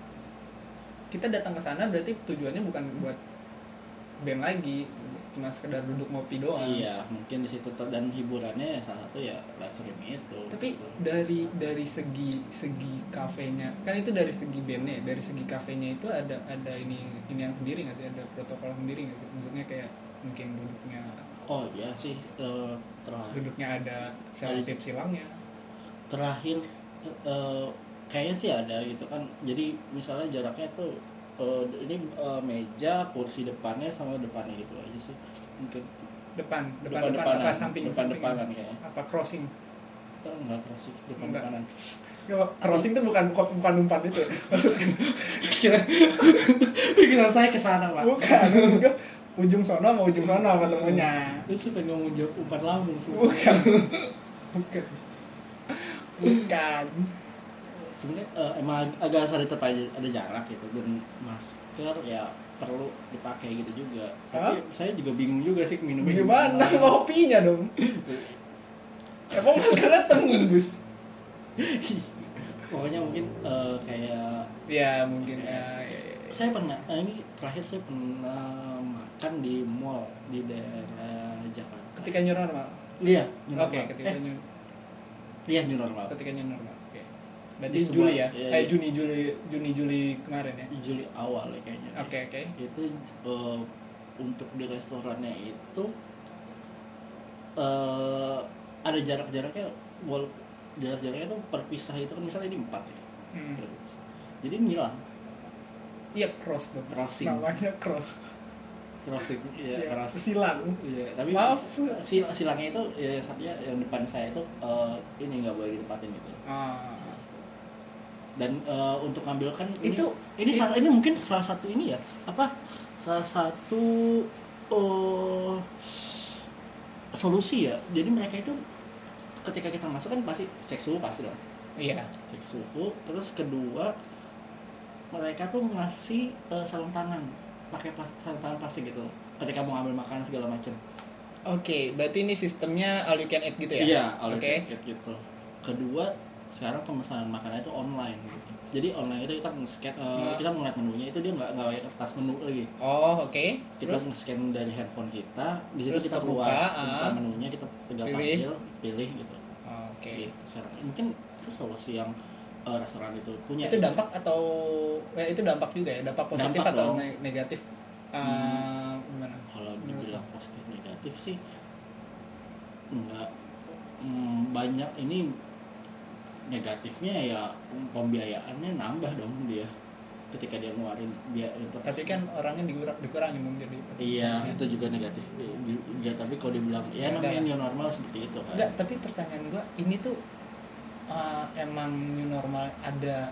kita datang ke sana berarti tujuannya bukan buat band lagi, cuma sekedar duduk ngopi doang. Iya, mungkin di situ dan hiburannya salah satu ya live streaming itu. Tapi gitu. dari segi kafenya, kan itu dari segi bandnya, dari segi kafenya itu ada ini yang sendiri nggak sih, ada protokol sendiri nggak sih, maksudnya kayak mungkin duduknya. Oh iya sih, duduknya ada selotip silangnya. Terakhir kayaknya sih ada gitu kan. Jadi misalnya jaraknya tuh ini meja, kursi depannya sama depannya gitu aja sih. Mungkin depan apa samping depanan kayaknya. Apa crossing? Enggak crossing, depanan. Crossing tuh bukan umpan itu. Maksudnya pikiran saya ke sana, Pak. Bukan. Ujung sono sama ujung sono ketemunya. Itu sih pengen ngomong jawab umpan lambung sih. Bukan. sebenarnya emang agak sadar ada jarak gitu, dan masker ya perlu dipakai gitu juga. Tapi saya juga bingung juga sih minumnya Gimana ngopinya dong? Emang maskernya tembus? Pokoknya mungkin kayak Ya mungkin saya pernah ini terakhir saya pernah makan di mall di daerah Jakarta. ketika new normal. Iya, new Oke, normal. ketika new Iya, new normal. ketika new normal. Oke. Berarti Di Juli sebuah- ya? iya. Juni kemarin ya. Juli awal ya kayaknya. Oke. Itu untuk di restorannya itu ada jarak-jaraknya, jarak-jaraknya itu perpisah itu kan misalnya ini 4 ya. Jadi nyilang. Iya, cross dong. Crossing. Namanya cross. Crossing, iya, Ya, cross. silang. Iya, tapi Maaf. silangnya itu ya satunya yang depan saya itu ini nggak boleh ditempatin gitu. Dan untuk ngambil kan ini mungkin salah satu ini ya, salah satu solusi ya. Jadi mereka itu ketika kita masuk kan pasti cek suhu pasti dong. Iya. Cek suhu, terus kedua mereka tuh ngasih sarung tangan, pakai sarung tangan plastik gitu ketika mau ambil makanan segala macam. Oke, berarti ini sistemnya all you can eat gitu ya? Iya, all you Oke. can eat gitu. Kedua, sekarang pemesanan makanan itu online gitu. Jadi online itu kita nge-scan, kita ngeliat menunya itu dia nggak pakai kertas menu lagi. Oh, oke. Kita Terus nge-scan dari handphone kita, di situ Terus kita kebuka, keluar menunya, kita tinggal pilih gitu. Oke. Gitu, sekarang mungkin itu solusi yang restoran itu punya. Itu dampak atau itu dampak juga ya? Dampak positif Dampak atau dong. negatif? Gimana? Kalau dibilang positif negatif sih enggak, banyak ini negatifnya ya, pembiayaannya nambah dong dia ketika dia ngeluarin biaya. Tapi kan orangnya dikurangin dong jadi. Iya, itu juga negatif. Ya, tapi kalau dibilang ya namanya new normal seperti itu kan. Enggak, tapi pertanyaan gua ini tuh emang new normal ada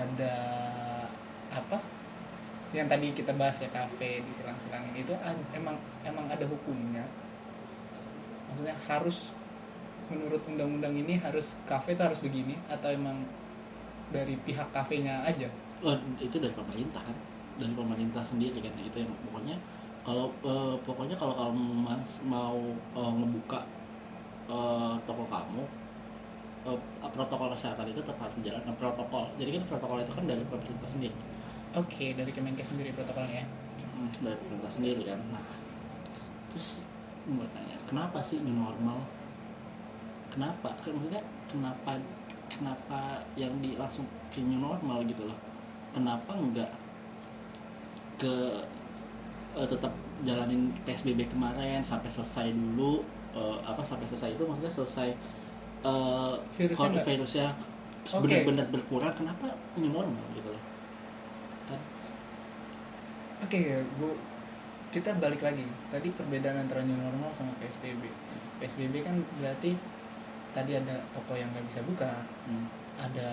apa? Yang tadi kita bahas ya, kafe di silang-silangin itu emang ada hukumnya. Maksudnya harus menurut undang-undang ini harus kafe itu harus begini, atau emang dari pihak kafenya aja? Oh, itu dari pemerintah kan, dari pemerintah sendiri kan, itu yang pokoknya kalau kamu mau ngebuka toko kamu, protokol kesehatan itu tetap harus dijalankan, protokol. Jadi kan protokol itu kan dari pemerintah sendiri. Oke, dari Kemenkes sendiri protokolnya. Dari pemerintah sendiri kan. Nah, terus mau tanya, kenapa sih new normal? Kenapa? Maksudnya kenapa yang langsung ke new normal gitu loh? Kenapa enggak ke tetap jalanin PSBB kemarin sampai selesai dulu? Sampai selesai itu maksudnya selesai virusnya benar-benar berkurang. Kenapa new normal gitu loh? Kan? Oke, Bu. Kita balik lagi. Tadi perbedaan antara new normal sama PSBB. PSBB kan berarti tadi ada toko yang nggak bisa buka, ada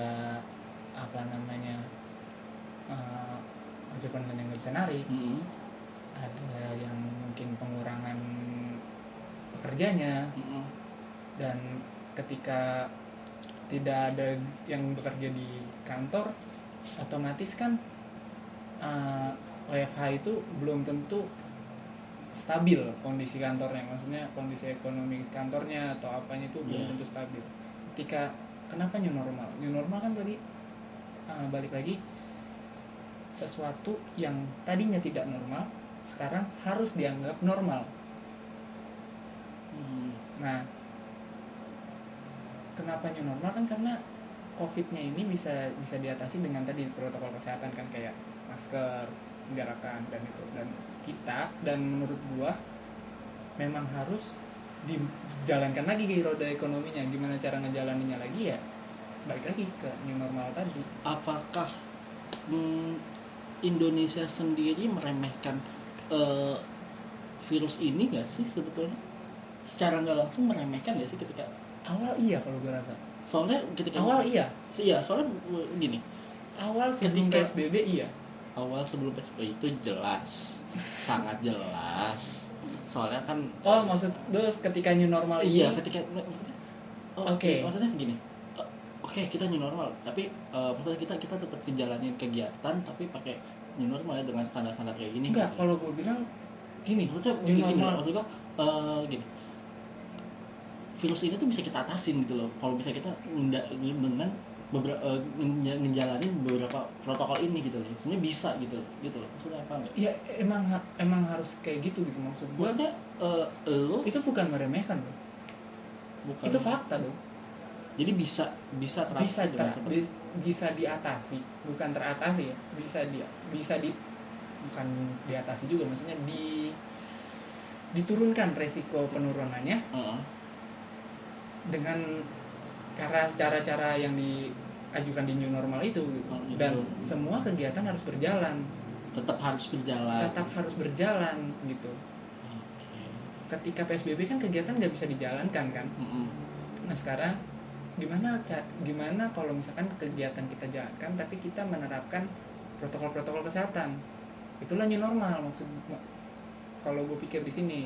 ojek online yang nggak bisa narik, ada yang mungkin pengurangan pekerjanya, dan ketika tidak ada yang bekerja di kantor, otomatis kan WFH itu belum tentu stabil kondisi kantornya, maksudnya kondisi ekonomi kantornya atau apanya itu belum tentu stabil. Kenapa new normal? New normal kan tadi balik lagi, sesuatu yang tadinya tidak normal sekarang harus dianggap normal. Nah, kenapa new normal? Kan karena COVID-nya ini bisa diatasi dengan tadi protokol kesehatan kan, kayak masker, penjarakan dan menurut gua memang harus dijalankan lagi ke roda ekonominya. Gimana cara ngejalaninnya lagi ya balik lagi ke new normal tadi. Apakah Indonesia sendiri meremehkan virus ini nggak sih sebetulnya? Secara nggak langsung meremehkan nggak sih ketika awal? Iya kalau gue rasa. Soalnya ketika awal iya. Soalnya gini. Awal sebelum PSBB iya. Awal sebelum PSBB itu jelas, sangat jelas. Soalnya kan maksud lu ketika new normal itu? Iya, ketika maksudnya. Oke. Maksudnya gini. oke, kita new normal, tapi maksudnya kita tetap ngejalanin kegiatan tapi pakai new normal ya, dengan standar-standar kayak gini. Enggak, gitu. kalau gue bilang gini, Maksudnya new gini, normal. maksud gua gini. Virus ini tuh bisa kita atasin gitu loh. Kalau bisa kita dengan ngejalanin beberapa protokol ini gitu loh. Sebenarnya bisa gitu loh. Maksudnya apa enggak? Ya emang harus kayak gitu maksud gue. Maksudnya lo Itu bukan meremehkan loh. bukan, Itu fakta loh. jadi bisa teratasi dengan seperti Bisa diatasi, bukan teratasi ya. Bukan diatasi juga, maksudnya diturunkan resiko penurunannya dengan cara-cara yang diajukan di new normal itu gitu. gitu. Dan semua kegiatan harus berjalan, tetap harus berjalan gitu. Oke. Ketika PSBB kan kegiatan nggak bisa dijalankan kan. Nah sekarang gimana kalau misalkan kegiatan kita jalankan tapi kita menerapkan protokol-protokol kesehatan, itulah new normal maksud kalau gue pikir di sini.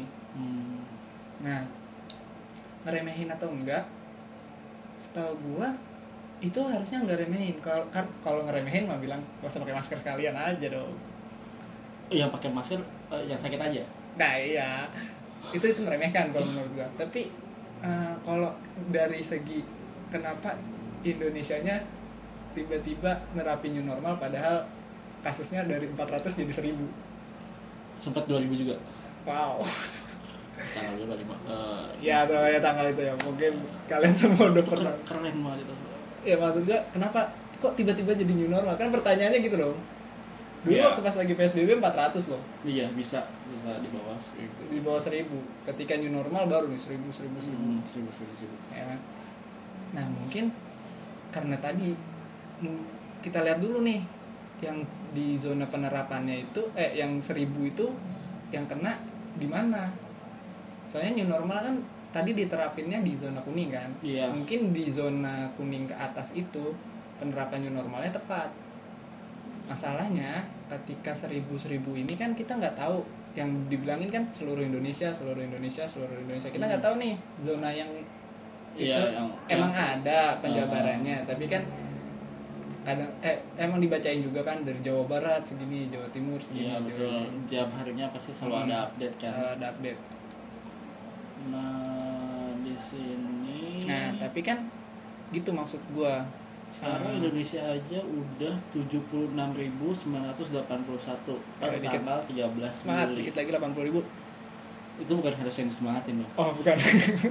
Nah, ngeremehin atau enggak, setahu gue itu harusnya nggak remehin. Kalau ngeremehin mah bilang gak usah pakai masker kalian aja dong. Yang pakai masker yang sakit aja. Nah iya, itu meremehkan kalau menurut gue. Tapi kalau dari segi kenapa Indonesianya tiba-tiba nerapin new normal padahal kasusnya dari 400 jadi 1000. Sempat 2000 juga. Wow. Tanggal berapa? Ya tanggal itu ya. Mungkin kalian semua udah pernah. Keren banget itu. Ya maksud gue kenapa kok tiba-tiba jadi new normal? Kan pertanyaannya gitu dong. Dulu Ya. waktu pas lagi PSBB 400 loh. Iya, bisa di bawah 1000. Di bawah 1000. Ketika new normal baru nih 1000. 1000. Ya. Nah mungkin karena tadi kita lihat dulu nih yang di zona penerapannya itu yang 1000 itu yang kena di mana? Soalnya new normal kan tadi diterapinnya di zona kuning kan. Iya. Mungkin di zona kuning ke atas itu penerapan new normalnya tepat. Masalahnya ketika 1000 ini kan kita nggak tahu, yang dibilangin kan seluruh Indonesia. Kita nggak tahu nih zona yang itu emang ada penjabarannya, tapi kan kadang emang dibacain juga kan dari Jawa Barat segini, Jawa Timur segini. Iya betul. Tiap harinya pasti selalu ada update kan. Ada update. Nah di sini. Nah tapi kan gitu maksud gua. Sekarang Indonesia aja udah 76.981 pada Dikit. tanggal 13 Semangat Juli. dikit lagi 80.000. Itu bukan harus yang disemangatin dong. Oh bukan.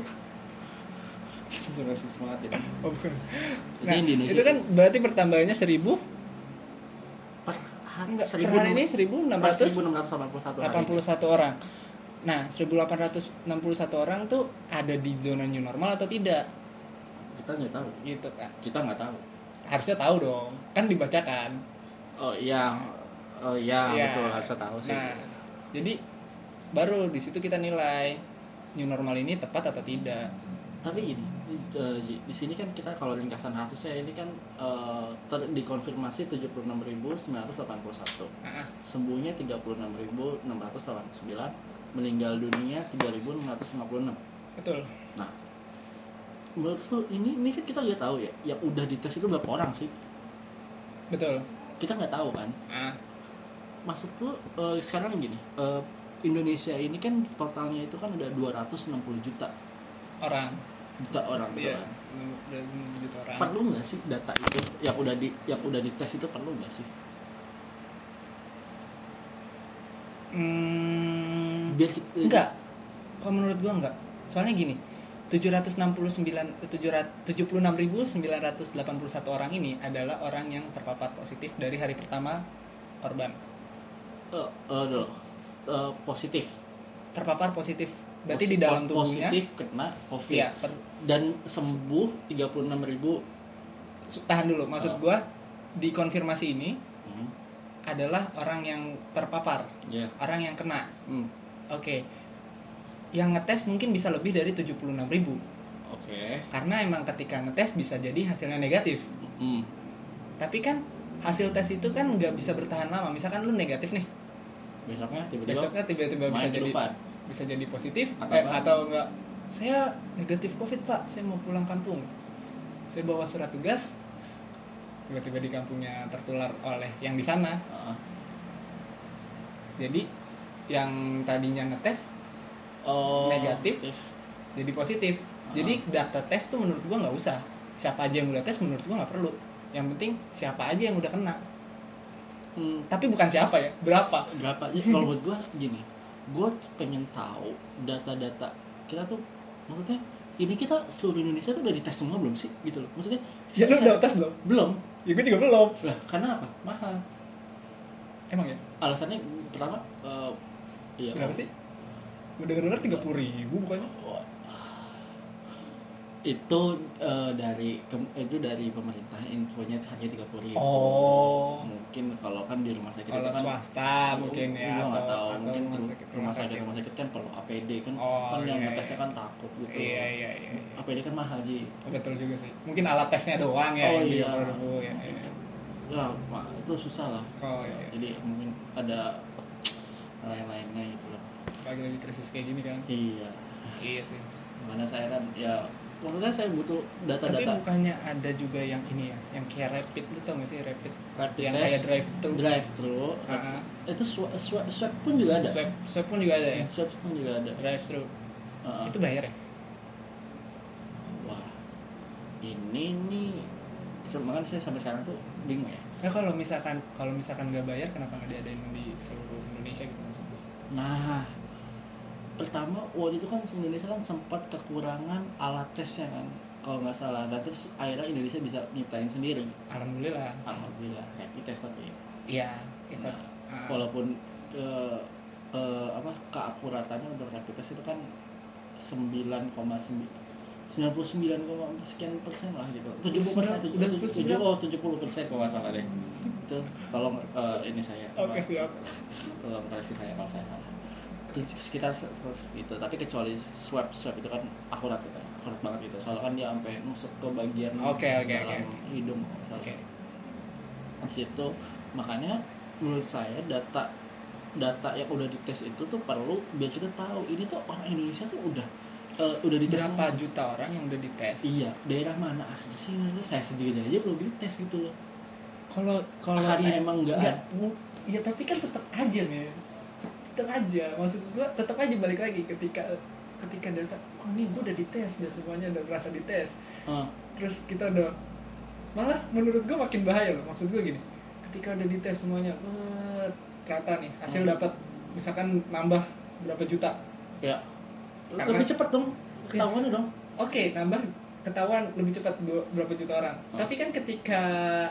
Itu bukan harus disemangatin. Oh bukan. Jadi Nah, Indonesia itu kan berarti pertambahannya 1000. per hari, Enggak, per hari ini 1681 1681 orang. Nah, 1861 orang tuh ada di zona new normal atau tidak? Kita nggak tahu. Gitu kan. Kita nggak tahu. Harusnya tahu dong. Kan dibacakan. Oh iya, Iya. betul, harusnya tahu sih. Nah, jadi baru di situ kita nilai new normal ini tepat atau tidak. Tapi gini, di sini kan kita kalau ringkasan kasusnya ini kan dikonfirmasi 76.981, sembuhnya 36.689, meninggal dunia 3.656. Betul. Nah, menurut lu ini kan kita nggak tahu ya, yang udah dites itu berapa orang sih? Betul. Kita nggak tahu kan. Maksud lu sekarang gini, Indonesia ini kan totalnya itu kan ada 260 juta Orang. orang gitu Iya. kan. 2 juta orang. Perlu nggak sih data itu yang udah dites itu perlu nggak sih? Biar kita, Enggak. Kalau menurut gua enggak. Soalnya gini, 76.981 orang ini adalah orang yang terpapar positif dari hari pertama korban. Positif. Terpapar positif. Berarti di dalam tubuhnya positif kena COVID. Iya, dan sembuh 36.000. tahan dulu. Maksud gua di konfirmasi ini Hmm. adalah orang yang terpapar, Yeah. orang yang kena. Hmm. Oke. Yang ngetes mungkin bisa lebih dari 76.000. Oke. Karena emang ketika ngetes bisa jadi hasilnya negatif. Hmm. Tapi kan hasil tes itu kan nggak bisa bertahan lama. Misalkan lu negatif nih, Besoknya besoknya tiba-tiba bisa main jadi Dufan. bisa jadi positif Atau atau enggak, saya negatif COVID pak, saya mau pulang kampung. saya bawa surat tugas, tiba-tiba di kampungnya tertular oleh yang di sana. Jadi yang tadinya ngetes negatif jadi positif. Jadi data tes tuh menurut gua nggak usah. Siapa aja yang udah tes menurut gua nggak perlu. Yang penting siapa aja yang udah kena. Tapi bukan siapa ya, berapa. Kalau buat gue gini, gue pengen tahu data-data kita tuh, maksudnya ini kita seluruh Indonesia tuh udah dites semua belum sih gitu loh, maksudnya Ya lu udah tes belum? Belum. Ya gue juga belum. Lah karena apa? Mahal. Emang ya? Alasannya pertama iya. Berapa sih? Gue denger 30.000 bukannya? Itu dari pemerintah, infonya hanya 30.000. Oh. Mungkin kalau kan di rumah sakit kalau itu kan swasta mungkin ya, gue nggak tahu, atau mungkin rumah sakit kan perlu APD kan. Oh, Kan yang iya, ngetesnya iya. kan takut gitu. Iya. APD kan mahal sih. Betul juga sih. Mungkin alat tesnya doang ya. Oh, yang iya. 30.000 ya. Ya itu susah lah. Oh iya. Jadi mungkin ada lain-lainnya gitu loh. Lagi krisis kayak gini kan. Iya. Iya sih. Mana saya kan ya, maksudnya saya butuh Tapi data-data. bukannya ada juga yang ini ya, yang kayak rapid, lu tau gak sih rapid yang test, kayak drive thru. Itu swab pun juga ada. Swab pun juga ada ya. Swab pun juga ada. Drive thru. Itu bayar ya? Wah, ini nih, makanya saya sampai sekarang tuh bingung ya. Ya kalau misalkan nggak bayar, kenapa nggak diadain di seluruh Indonesia gitu maksudnya? Nah, pertama waktu itu kan Indonesia kan sempat kekurangan alat tesnya kan, kalau nggak salah. Dan terus akhirnya Indonesia bisa nyiptain sendiri. Alhamdulillah Rapid test tapi. Iya. Nah, walaupun keakuratannya untuk rapid test itu kan 99, sekian persen lah gitu. 70%. 70% kalau nggak salah deh. Itu tolong ini saya. Oke, siap. Tolong kasih saya kalau saya salah. Sekitar itu, tapi kecuali swab itu kan akurat banget gitu. Soalnya kan dia sampai nusuk ke bagian dalam hidung. Oke. Di situ makanya menurut saya data yang udah dites itu tuh perlu biar kita tahu ini tuh orang Indonesia tuh udah dites berapa juta orang yang udah dites. Iya, daerah mana aja sih? Saya sendiri aja belum dites gitu loh. Kalau karena emang enggak. Iya, tapi kan tetap aja nih. Tetap aja. Maksud gua tetap aja balik lagi ketika data, oh nih gua udah dites, udah semuanya udah merasa dites. Terus kita udah, malah menurut gua makin bahaya loh. Maksud gua gini, ketika udah dites semuanya, rata nih, hasil dapat misalkan nambah berapa juta. Ya. Lebih cepat dong ketahuannya dong. Oke, nambah ketahuan lebih cepat berapa juta orang. Tapi kan ketika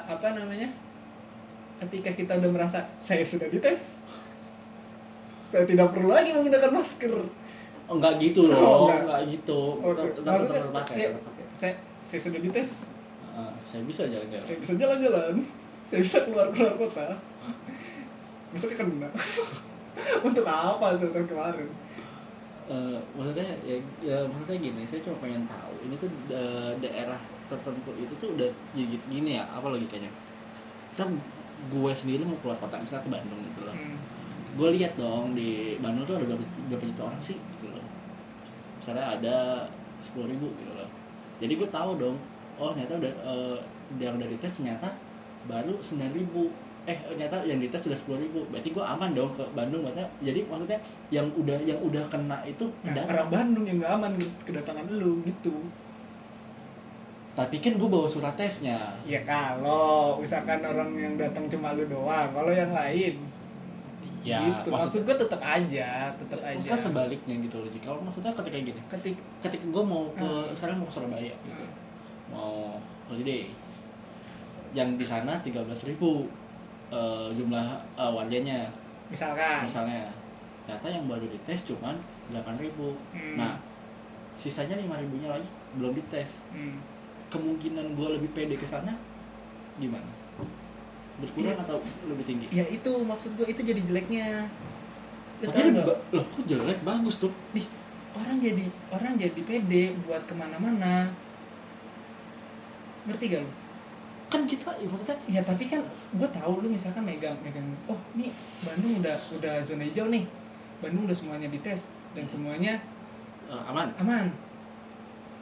ketika kita udah merasa saya sudah dites, saya tidak perlu lagi menggunakan masker. Enggak gitu loh, enggak gitu. Tetap pakai. Saya sudah dites. Saya bisa jalan-jalan. Saya bisa keluar kota. Besok kena. Untuk apa saya tes kemarin? Maksudnya maksudnya gini, saya cuma pengen tahu ini tuh daerah tertentu itu tuh udah gini ya, apa logikanya? Kan gue sendiri mau keluar kota, misalnya ke Bandung gitu loh. Gue lihat dong di Bandung tuh ada berapa juta orang sih gitu loh. Misalnya ada 10.000 gitu loh. Jadi gue tahu dong, oh ternyata udah yang udah dites ternyata baru 9.000. Ternyata yang dites sudah 10.000. Berarti gue aman dong ke Bandung, jadi maksudnya yang udah kena itu orang Bandung yang nggak aman kedatangan lu gitu. Tapi kan gue bawa surat tesnya. Ya kalau misalkan orang yang datang cuma lu doang, kalau yang lain ya gitu. Maksud gue tetap aja. Kan sebaliknya gitu loh. Kalau maksudnya ketika gini, ketika gue mau sekarang mau ke Surabaya gitu, mau holiday, yang di sana 13.000 jumlah warganya misalnya, ternyata yang baru dites cuma 8.000. Nah sisanya 5.000 nya lagi belum dites. Kemungkinan gue lebih pede ke sana gimana? Berkurang atau lebih tinggi? Ya itu maksud gue, itu jadi jeleknya. Tapi loh kok jelek, bagus tuh. Orang jadi pede buat kemana-mana. Ngerti gak lu? Kan kita maksudnya ya, tapi kan gue tahu lu misalkan megang oh nih Bandung udah zona hijau nih, Bandung udah semuanya dites dan semuanya aman.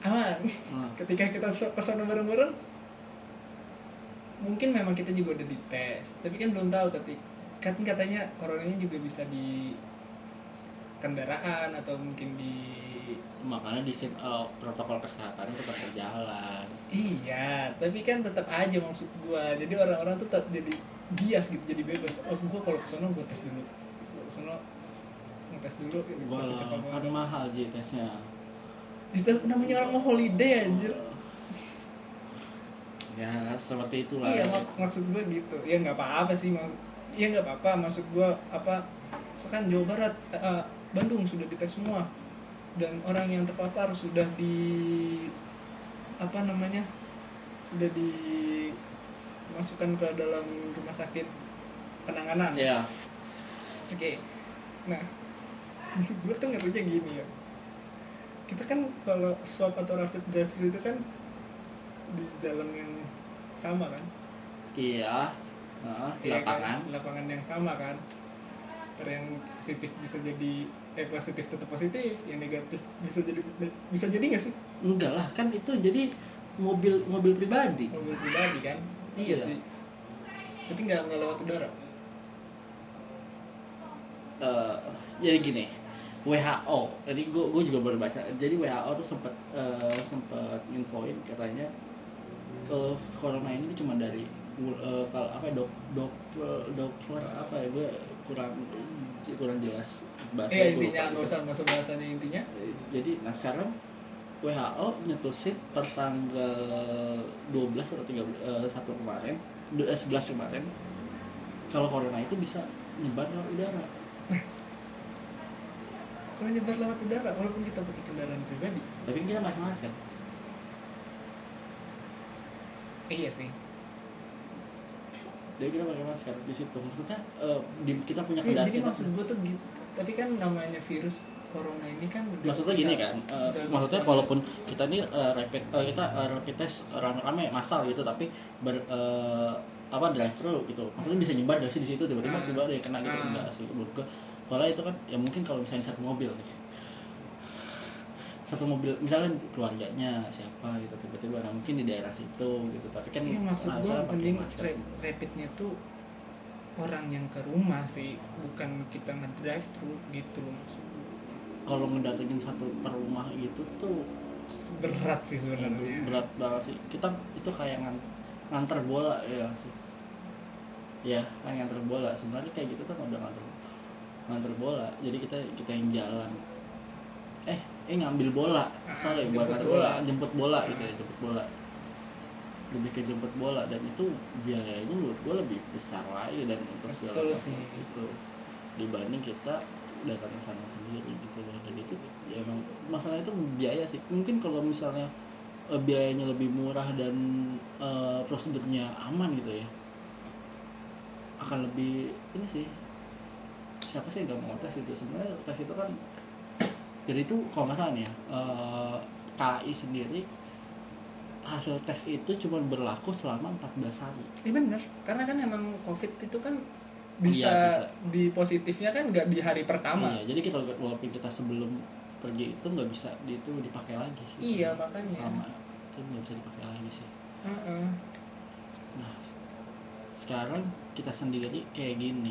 aman. Ketika kita ke sana bareng-bareng, mungkin memang kita juga udah dites, tapi kan belum tahu kan katanya coronanya juga bisa di kendaraan atau mungkin di makanya di protokol kesehatan tetap berjalan. iya, tapi kan tetap aja maksud gua, jadi orang-orang tuh jadi bias gitu, jadi bebas. Oh gua kalau kesana gua tes dulu, kesana ngetes dulu gitu, Wah, positif apa kan enggak. mahal sih tesnya. Itu namanya orang mau holiday anjir. Ya seperti itulah. Iya, maksud gue gitu. Ya nggak apa-apa sih, ya nggak apa-apa. Maksud gue apa? Misalkan Jawa Barat, Bandung sudah dites semua, dan orang yang terpapar sudah apa namanya, sudah dimasukkan ke dalam rumah sakit penanganan. Ya. Oke. Nah, gue tuh ngerinya gini ya. Kita kan kalau swab atau rapid drive-thru itu kan di jalan yang sama kan? Iya. Di lapangan. Kan? Lapangan yang sama kan? Yang positif bisa jadi positif tetap positif, yang negatif bisa jadi nggak sih? Enggak lah, kan itu jadi mobil pribadi. Mobil pribadi kan? Iya sih. Tapi nggak lewat udara. Jadi gini, WHO, jadi gue juga baru baca. Jadi WHO tuh sempat infoin katanya corona ini cuma dari kalau apa Doppler apa ya, gue kurang jelas bahasanya. Intinya nggak usah bahasanya intinya. Jadi nah sekarang WHO nyetusin per tanggal 12 atau 1 kemarin 11 kemarin kalau corona itu bisa nyebar lewat udara. Kalau nyebar lewat udara, walaupun kita pakai kendaraan pribadi. Tapi kita pakai masker. Iya sih. Jadi kita pakai masker di situ. Maksudnya kita punya kendaraan. Jadi maksud gue tuh gitu. Tapi kan namanya virus corona ini kan. Maksudnya gini kan. Maksudnya walaupun kita ini rapid test rame-rame massal gitu, tapi drive thru gitu. Maksudnya bisa nyebar dari di situ tiba-tiba ada yang kena gitu, enggak sih menurut gue. Soalnya itu kan ya mungkin kalau misalnya satu mobil misalnya keluarganya siapa gitu tiba-tiba mungkin di daerah situ gitu, tapi kan iya, maksud gue mending rapidnya tuh orang yang ke rumah sih, bukan kita nge-drive thru gitu maksud gue. Kalau ngedatengin satu per rumah gitu tuh berat sih sebenarnya. Berat banget sih. Kita itu kayak nganter bola ya sih. Ya, kan nganter bola. Sebenarnya kayak gitu tuh udah nganter bola. Jadi kita yang jalan. Ngambil bola. Sorry, buat nganter bola, jemput bola gitu ya, jemput bola. Lebih ke jemput bola, dan itu biayanya menurut gue lebih besar lagi dan untuk segala macam gitu dibanding kita datang ke sana sendiri gitu loh. Dan itu ya emang masalah itu biaya sih. Mungkin kalau misalnya biayanya lebih murah dan prosedurnya aman gitu ya, akan lebih ini sih. Siapa sih yang gak mau tes itu? Sebenarnya tes itu kan jadi itu kalau nggak salah nih ya, KAI sendiri hasil tes itu cuma berlaku selama 14 hari. Iya benar, karena kan emang COVID itu kan bisa di positifnya kan nggak di hari pertama. Iya, jadi walaupun kita sebelum pergi itu nggak bisa itu dipakai lagi. Iya, makanya. Sama itu nggak bisa dipakai lagi sih. Nah, sekarang kita sendiri kayak gini.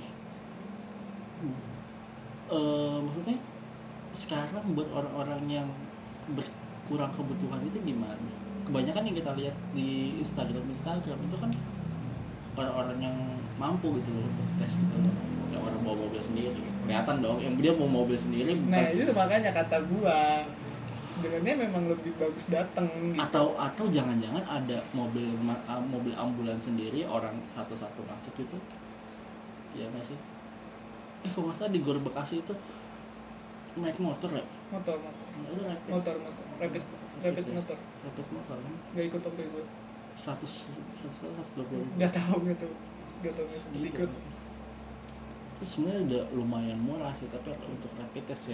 Maksudnya sekarang buat orang-orang yang kurang kebutuhan itu gimana? Kebanyakan yang kita lihat di Instagram itu kan orang-orang yang mampu gitu loh untuk tes gitu, yang orang bawa mobil sendiri, kelihatan dong yang dia mau mobil sendiri. Nah itu makanya kata gua sebenarnya memang lebih bagus datang gitu. Atau jangan-jangan ada mobil ambulans sendiri, orang satu-satu masuk gitu ya nggak sih? Kalau nggak salah di Gor Bekasi itu naik motor ya? Motor rapid motor kan? Gak ikut waktu itu 120. Gak tahu gitu ikut. Itu sebenarnya udah lumayan murah sih, tapi untuk rapid test ya.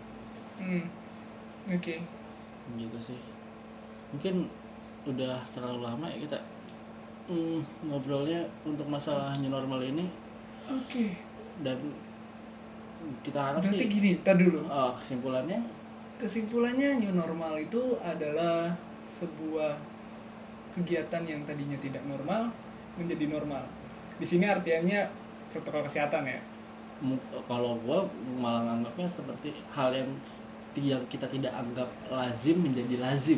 Oke. Gitu sih. Mungkin udah terlalu lama ya kita ngobrolnya untuk masalah new normal ini. Oke. Dan kita harap berarti sih gini, tar dulu. kesimpulannya kesimpulannya new normal itu adalah sebuah kegiatan yang tadinya tidak normal menjadi normal. Di sini artinya protokol kesehatan ya. Kalau gue malah anggapnya seperti hal yang kita tidak anggap lazim menjadi lazim.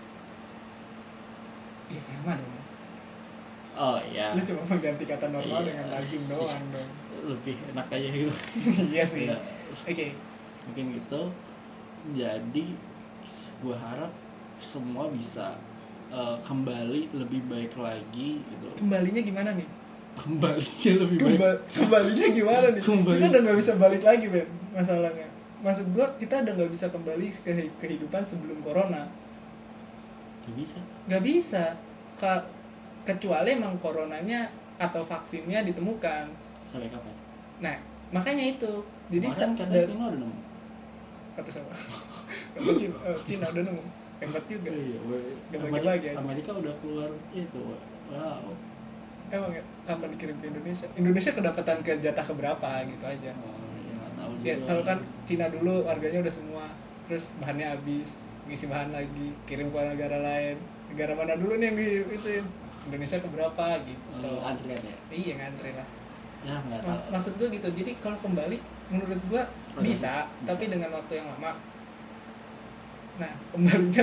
Iya sama dong. Oh iya. Lu cuma mengganti kata normal Iya. dengan lazim doang dong. Lebih enak aja gitu. Iya sih. Ya, Oke. mungkin gitu. Jadi gue harap semua bisa kembali lebih baik lagi gitu. Kembalinya gimana nih? Kembalinya lebih baik. Kembalinya gimana nih? Kembali. Kita udah nggak bisa balik lagi, Ben. Masalahnya. Maksud gua kita udah nggak bisa kembali ke kehidupan sebelum corona. Gak bisa. Nggak bisa. Kecuali emang coronanya atau vaksinnya ditemukan. Sampai kapan? Nah, makanya itu. Jadi Kemarin katanya Cina udah nemu. kata siapa? Kata Cina udah nemu. Hebat juga. Iya, Gak bagi-bagi aja. Amerika udah keluar itu. Wow. Emang ya, kapan dikirim ke Indonesia? Indonesia kedapatan ke jatah keberapa gitu aja. Oh, ya nggak tahu Ya, juga. kalau kan Cina dulu warganya udah semua, terus bahannya habis, ngisi bahan lagi, kirim ke negara lain. Negara mana dulu nih yang ituin? Indonesia keberapa gitu. Antrian ya? Iya ngantri lah. Ya nggak tahu. Maksud gue gitu. Jadi kalau kembali, menurut gue bisa, tapi dengan waktu yang lama. Nah, kembalinya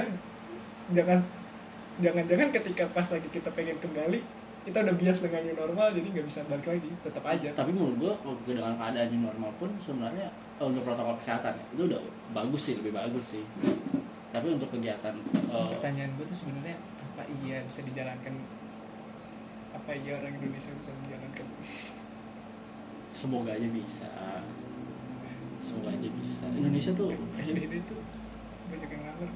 jangan ketika pas lagi kita pengen kembali, kita udah bias dengan new normal, jadi nggak bisa balik lagi, tetap aja. Tapi menurut gue dengan keadaan new normal pun sebenarnya untuk protokol kesehatan itu udah bagus sih, lebih bagus sih. Tapi untuk kegiatan Pertanyaan gue tuh sebenarnya apa iya bisa dijalankan? Apa iya orang Indonesia bisa menjalankan? semoga aja bisa. Semoga aja bisa. Indonesia tuh PSBB tuh banyak yang nganggur.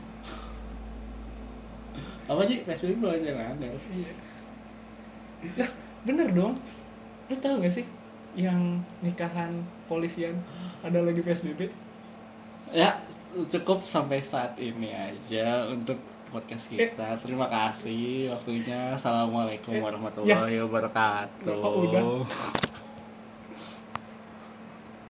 apa sih PSBB banyak yang ada. Iya. Lah, bener dong. Lu tahu gak sih yang nikahan polisian ada lagi PSBB? Ya cukup sampai saat ini aja untuk podcast kita. Terima kasih waktunya. Assalamualaikum warahmatullahi wabarakatuh. Oh, udah.